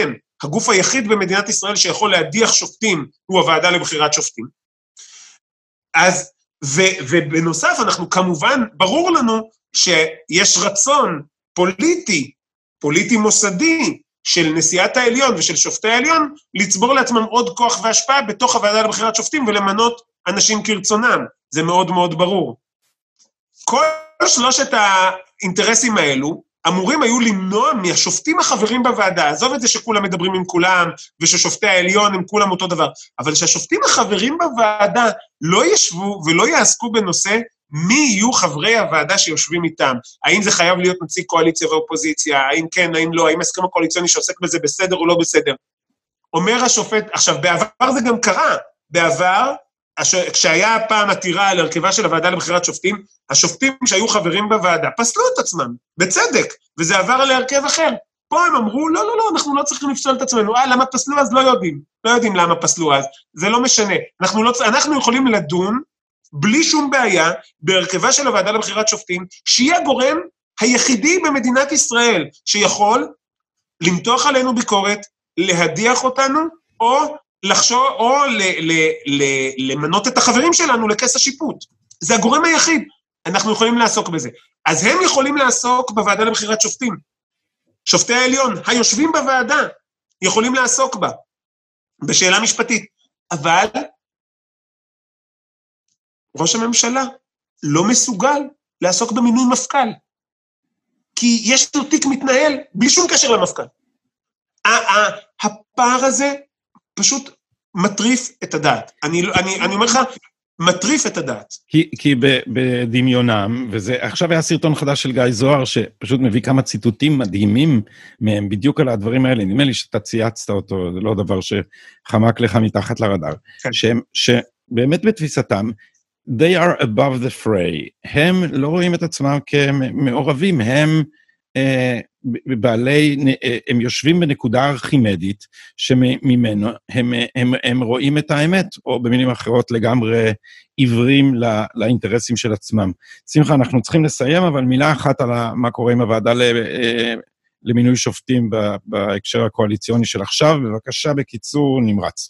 הגוף היחיד במדינת ישראל שיכול להדיח שופטים, הוא הוועדה לבחירת שופטים. אז, ובנוסף, אנחנו כמובן, ברור לנו שיש רצון פוליטי מוסדי, של נשיאת העליון ושל שופטי העליון, לצבור לעצמם עוד כוח והשפעה בתוך הוועדה לבחירת שופטים, ולמנות אנשים כרצונם. זה מאוד מאוד ברור. כל שלושת האינטרסים האלו, אמורים היו למנוע מהשופטים החברים בוועדה, עזוב את זה שכולם מדברים עם כולם, וששופטי העליון הם כולם אותו דבר, אבל שהשופטים החברים בוועדה לא ישבו ולא יעסקו בנושא, מי יהיו חברי הוועדה שיושבים איתם? האם זה חייב להיות נציג קואליציה ואופוזיציה? האם כן, האם לא? האם הסכם הקואליציוני שעוסק בזה בסדר או לא בסדר? אומר השופט, עכשיו, בעבר זה גם קרה, בעבר, כשהיה פעם עתירה על הרכבה של הוועדה לבחירת שופטים, השופטים שהיו חברים בוועדה פסלו את עצמם, בצדק, וזה עבר להרכב אחר. פה הם אמרו, לא, אנחנו לא צריכים לפסול את עצמנו. למה פסלו אז? לא יודעים למה פסלו אז, זה לא משנה. אנחנו יכולים לדון, בלי שום בעיה, בהרכבה של הוועדה לבחירת שופטים, שהיא הגורם היחידי במדינת ישראל, שיכול למתוח עלינו ביקורת, להדיח אותנו, או לחשוב, או למנות את החברים שלנו לכס השיפוט. זה הגורם היחיד. אנחנו יכולים לעסוק בזה. אז הם יכולים לעסוק בוועדה לבחירת שופטים. שופטי העליון, היושבים בוועדה, יכולים לעסוק בה, בשאלה משפטית. אבל ראש הממשלה לא מסוגל לעסוק במינוי מפכ"ל. כי יש לו תיק מתנהל בלי שום קשר למפכ"ל. הפער הזה פשוט מטריף את הדעת. אני אומר לך, מטריף את הדעת. כי בדמיונם, וזה, עכשיו היה סרטון חדש של גיא זוהר, שפשוט מביא כמה ציטוטים מדהימים מהם, בדיוק על הדברים האלה, נדמה לי שאתה צייצת אותו, זה לא דבר שחמק לך מתחת לרדאר, שבאמת בתפיסתם, they are above the fray, הם לא רואים את עצמם כמעורבים, הם הם יושבים בנקודה ארכימדית, שממנו הם רואים את האמת, או במילים אחרות לגמרי עיוורים לאינטרסים של עצמם. שמחה, אנחנו צריכים לסיים, אבל מילה אחת על מה קורה עם הוועדה למינוי שופטים בהקשר הקואליציוני של עכשיו, בבקשה בקיצור נמרץ.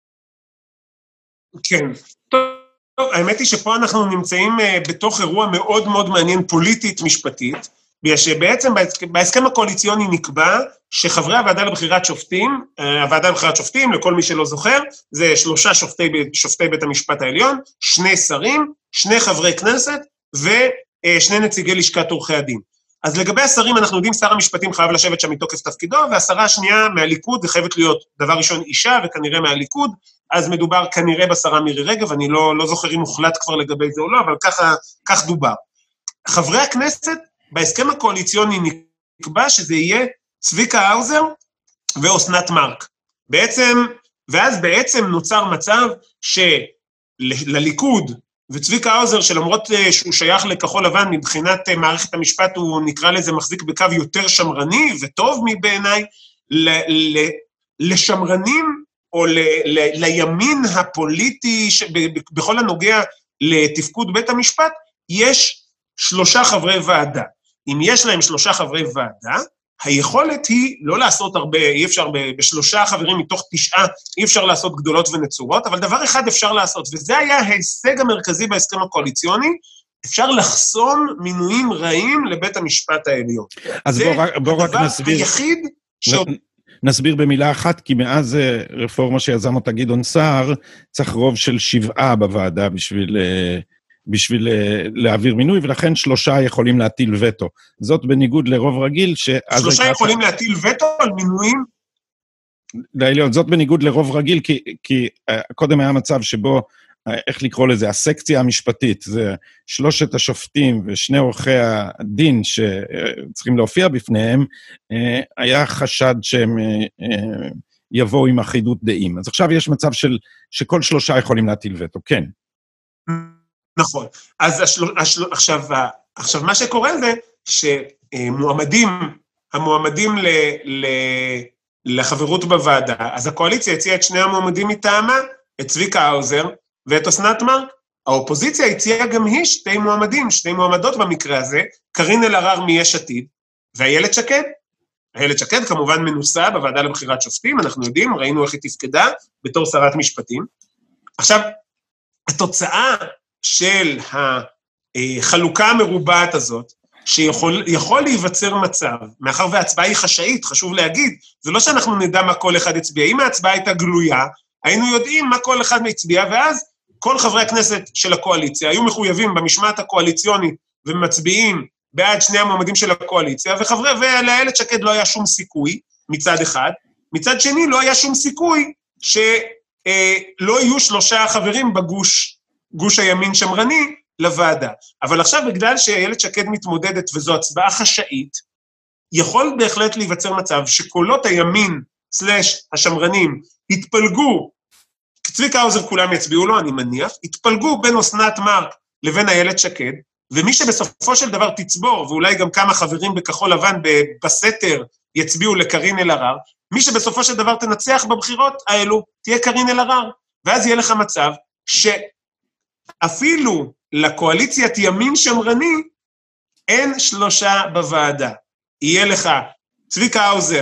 כן, טוב, האמת היא שפה אנחנו נמצאים בתוך אירוע מאוד מאוד מעניין פוליטית משפטית, שבעצם בהסכם הקואליציוני נקבע שחברי הוועדה לבחירת שופטים, הוועדה לבחירת שופטים, לכל מי שלא זוכר, זה 3 שופטי בית המשפט העליון, 2 שרים, 2 חברי כנסת, ו2 נציגי לשכת עורכי הדין. אז לגבי השרים, אנחנו יודעים, שר המשפטים חייב לשבת שם מתוקף תפקידו, והשרה השנייה מהליכוד, זה חייבת להיות דבר ראשון אישה, וכנראה מהליכוד, אז מדובר כנראה בשרה מירי רגב, אני לא זוכר אם הוחלט כבר לגבי זה או לא, אבל כך דובר. חברי הכנסת, בהסכם הקואליציוני נקבע שזה יהיה צביקה האוזר ואוסנת מארק. ואז בעצם נוצר מצב שלליכוד וצביקה האוזר, שלמרות שהוא שייך לכחול לבן, מבחינת מערכת המשפט הוא נקרא לזה מחזיק בקו יותר שמרני וטוב מבעיניי, לשמרנים או לימין הפוליטי בכל הנוגע לתפקוד בית המשפט, יש 3 חברי ועדה. אם יש להם 3 חברי ועדה, היכולת היא לא לעשות הרבה, אי אפשר ב3 חברים מתוך 9, אי אפשר לעשות גדולות ונצורות, אבל דבר אחד אפשר לעשות, וזה היה ההישג המרכזי בהסכם הקואליציוני, אפשר לחסום מינויים רעים לבית המשפט העליון. אז בוא רק נסביר. הדבר היחיד נסביר במילה אחת, כי מאז רפורמה שיזם אותה גדעון סער, צריך רוב של 7 בוועדה בשביל להעביר מינוי, ולכן 3 יכולים להטיל וטו. זאת בניגוד לרוב רגיל, 3 יכולים להטיל וטו על מינויים? לעליון, זאת בניגוד לרוב רגיל, כי קודם היה מצב שבו, איך לקרוא לזה, הסקציה המשפטית, זה 3 השופטים ו2 עורכי הדין שצריכים להופיע בפניהם, היה חשד שהם יבואו עם אחידות דעים. אז עכשיו יש מצב שכל 3 יכולים להטיל וטו, כן. נכון. אז עכשיו מה שקורה זה המועמדים לחברות בוועדה, אז הקואליציה הציעה את 2 המועמדים מטעמה, את צביקה האוזר ואת אסנת מארק. האופוזיציה הציעה גם היא 2 מועמדים, 2 מועמדות במקרה הזה, קרין אלהרר מיש עתיד, ואיילת שקד. איילת שקד כמובן מנוסה בוועדה לבחירת שופטים, אנחנו יודעים, ראינו איך היא תפקדה בתור שרת משפטים. עכשיו, התוצאה של החלוקה המרובעת הזאת, שיכול להיווצר מצב, מאחר וההצבעה היא חשאית, חשוב להגיד, זה לא שאנחנו נדע מה כל אחד הצביע, אם ההצבעה הייתה גלויה, היינו יודעים מה כל אחד מצביע, ואז כל חברי הכנסת של הקואליציה היו מחויבים במשמעת הקואליציונית, ומצביעים בעד שני המועמדים של הקואליציה, ולאיילת שקד לא היה שום סיכוי, מצד אחד, מצד שני לא היה שום סיכוי, שלא יהיו 3 חברים גוש הימין שמרני, לוועדה. אבל עכשיו, בגלל שאיילת שקד מתמודדת, וזו הצבעה חשאית, יכול בהחלט להיווצר מצב שקולות הימין / השמרנים התפלגו, צביקה האוזר כולם יצביעו לו, אני מניח, התפלגו בין אסנת מארק לבין איילת שקד, ומי שבסופו של דבר תצבור, ואולי גם כמה חברים בכחול לבן בסתר יצביעו לקרין אלהרר, מי שבסופו של דבר תנצח בבחירות האלו, תהיה קרין אלהרר, ואז יהיה לך מצב שאפילו לקואליציית ימין שמרני, אין 3 בוועדה. יהיה לך צביקה האוזר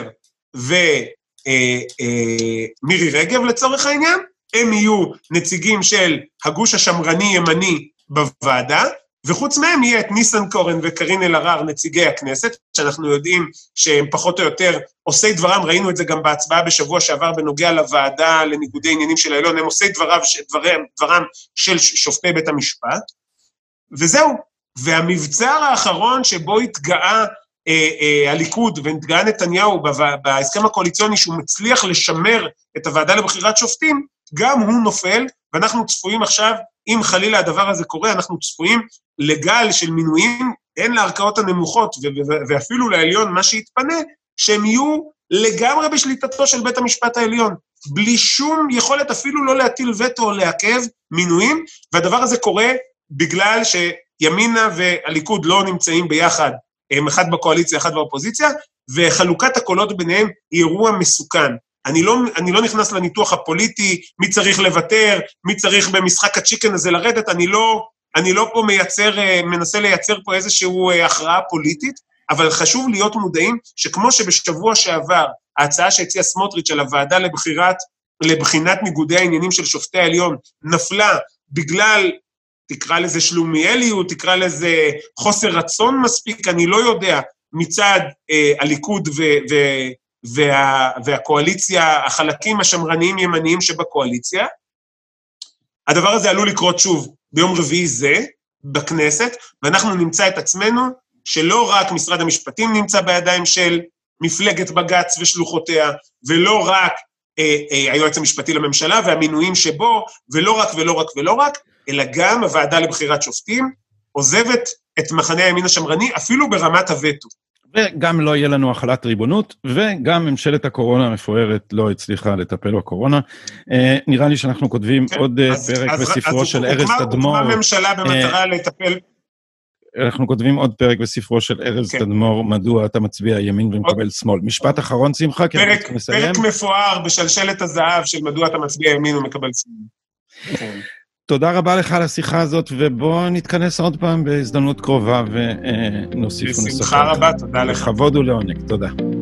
ומירי רגב לצורך העניין, הם יהיו נציגים של הגוש השמרני ימני בוועדה, וחוץ מהם יהיה את ניסנקורן וקרין אלהרר נציגי הכנסת, שאנחנו יודעים שהם פחות או יותר עושי דברם, ראינו את זה גם בהצבעה בשבוע שעבר בנוגע לוועדה לניגודי עניינים של העליון, הם עושי דברם של שופטי בית המשפט, וזהו. והמבצר האחרון שבו התגאה הליכוד והתגאה נתניהו בהסכם הקואליציוני שהוא מצליח לשמר את הוועדה לבחירת שופטים, גם הוא נופל, ואנחנו צפויים עכשיו, אם חלילה הדבר הזה קורה, אנחנו צפויים לגל של מינויים, אין לערכאות הנמוכות, ואפילו לעליון מה שיתפנה, שהם יהיו לגמרי בשליטתו של בית המשפט העליון, בלי שום יכולת אפילו לא להטיל וטו או לעכב מינויים, והדבר הזה קורה בגלל שימינה והליכוד לא נמצאים ביחד, אחד בקואליציה, אחד באופוזיציה, וחלוקת הקולות ביניהם היא אירוע מסוכן. אני לא נכנס לניתוח הפוליטי, מי צריך לוותר, מי צריך במשחק הצ'יקן הזה לרדת, אני לא פה מנסה לייצר פה איזשהו הכרעה פוליטית, אבל חשוב להיות מודעים שכמו שבשבוע שעבר, ההצעה שהציע סמוטריץ' על הוועדה לבחינת ניגודי העניינים של שופטי העליון, נפלה בגלל, תקרא לזה שלומיאליות, תקרא לזה חוסר רצון מספיק, אני לא יודע, מצד הליכוד והקואליציה, החלקים השמרניים ימניים שבקואליציה, הדבר הזה עלול לקרות שוב ביום רביעי זה, בכנסת, ואנחנו נמצא את עצמנו, שלא רק משרד המשפטים נמצא בידיים של מפלגת בג"ץ ושלוחותיה, ולא רק היועץ המשפטי לממשלה והמינויים שבו, ולא רק, אלא גם הוועדה לבחירת שופטים, עוזבת את מחנה הימין השמרני, אפילו ברמת הווטו. וגם לא יהיה לנו החלת ריבונות, וגם ממשלת הקורונה המפוארת לא הצליחה לטפל בקורונה. נראה לי שאנחנו כותבים עוד פרק בספרו של ארז תדמור. הוקמה ממשלה במטרה לטפל... אנחנו כותבים עוד פרק בספרו של ארז תדמור, מדוע אתה מצביע ימין ומקבל שמאל. משפט אחרון, שמחה, כי אנחנו נסיים. פרק מפואר בשלשלת הזהב של מדוע אתה מצביע ימין ומקבל שמאל. תודה רבה לך על השיחה הזאת, ובואו נתכנס עוד פעם בהזדמנות קרובה ונוסיף ונסופר. בשמחה רבה, תודה לך. לכבוד ולעונג, תודה.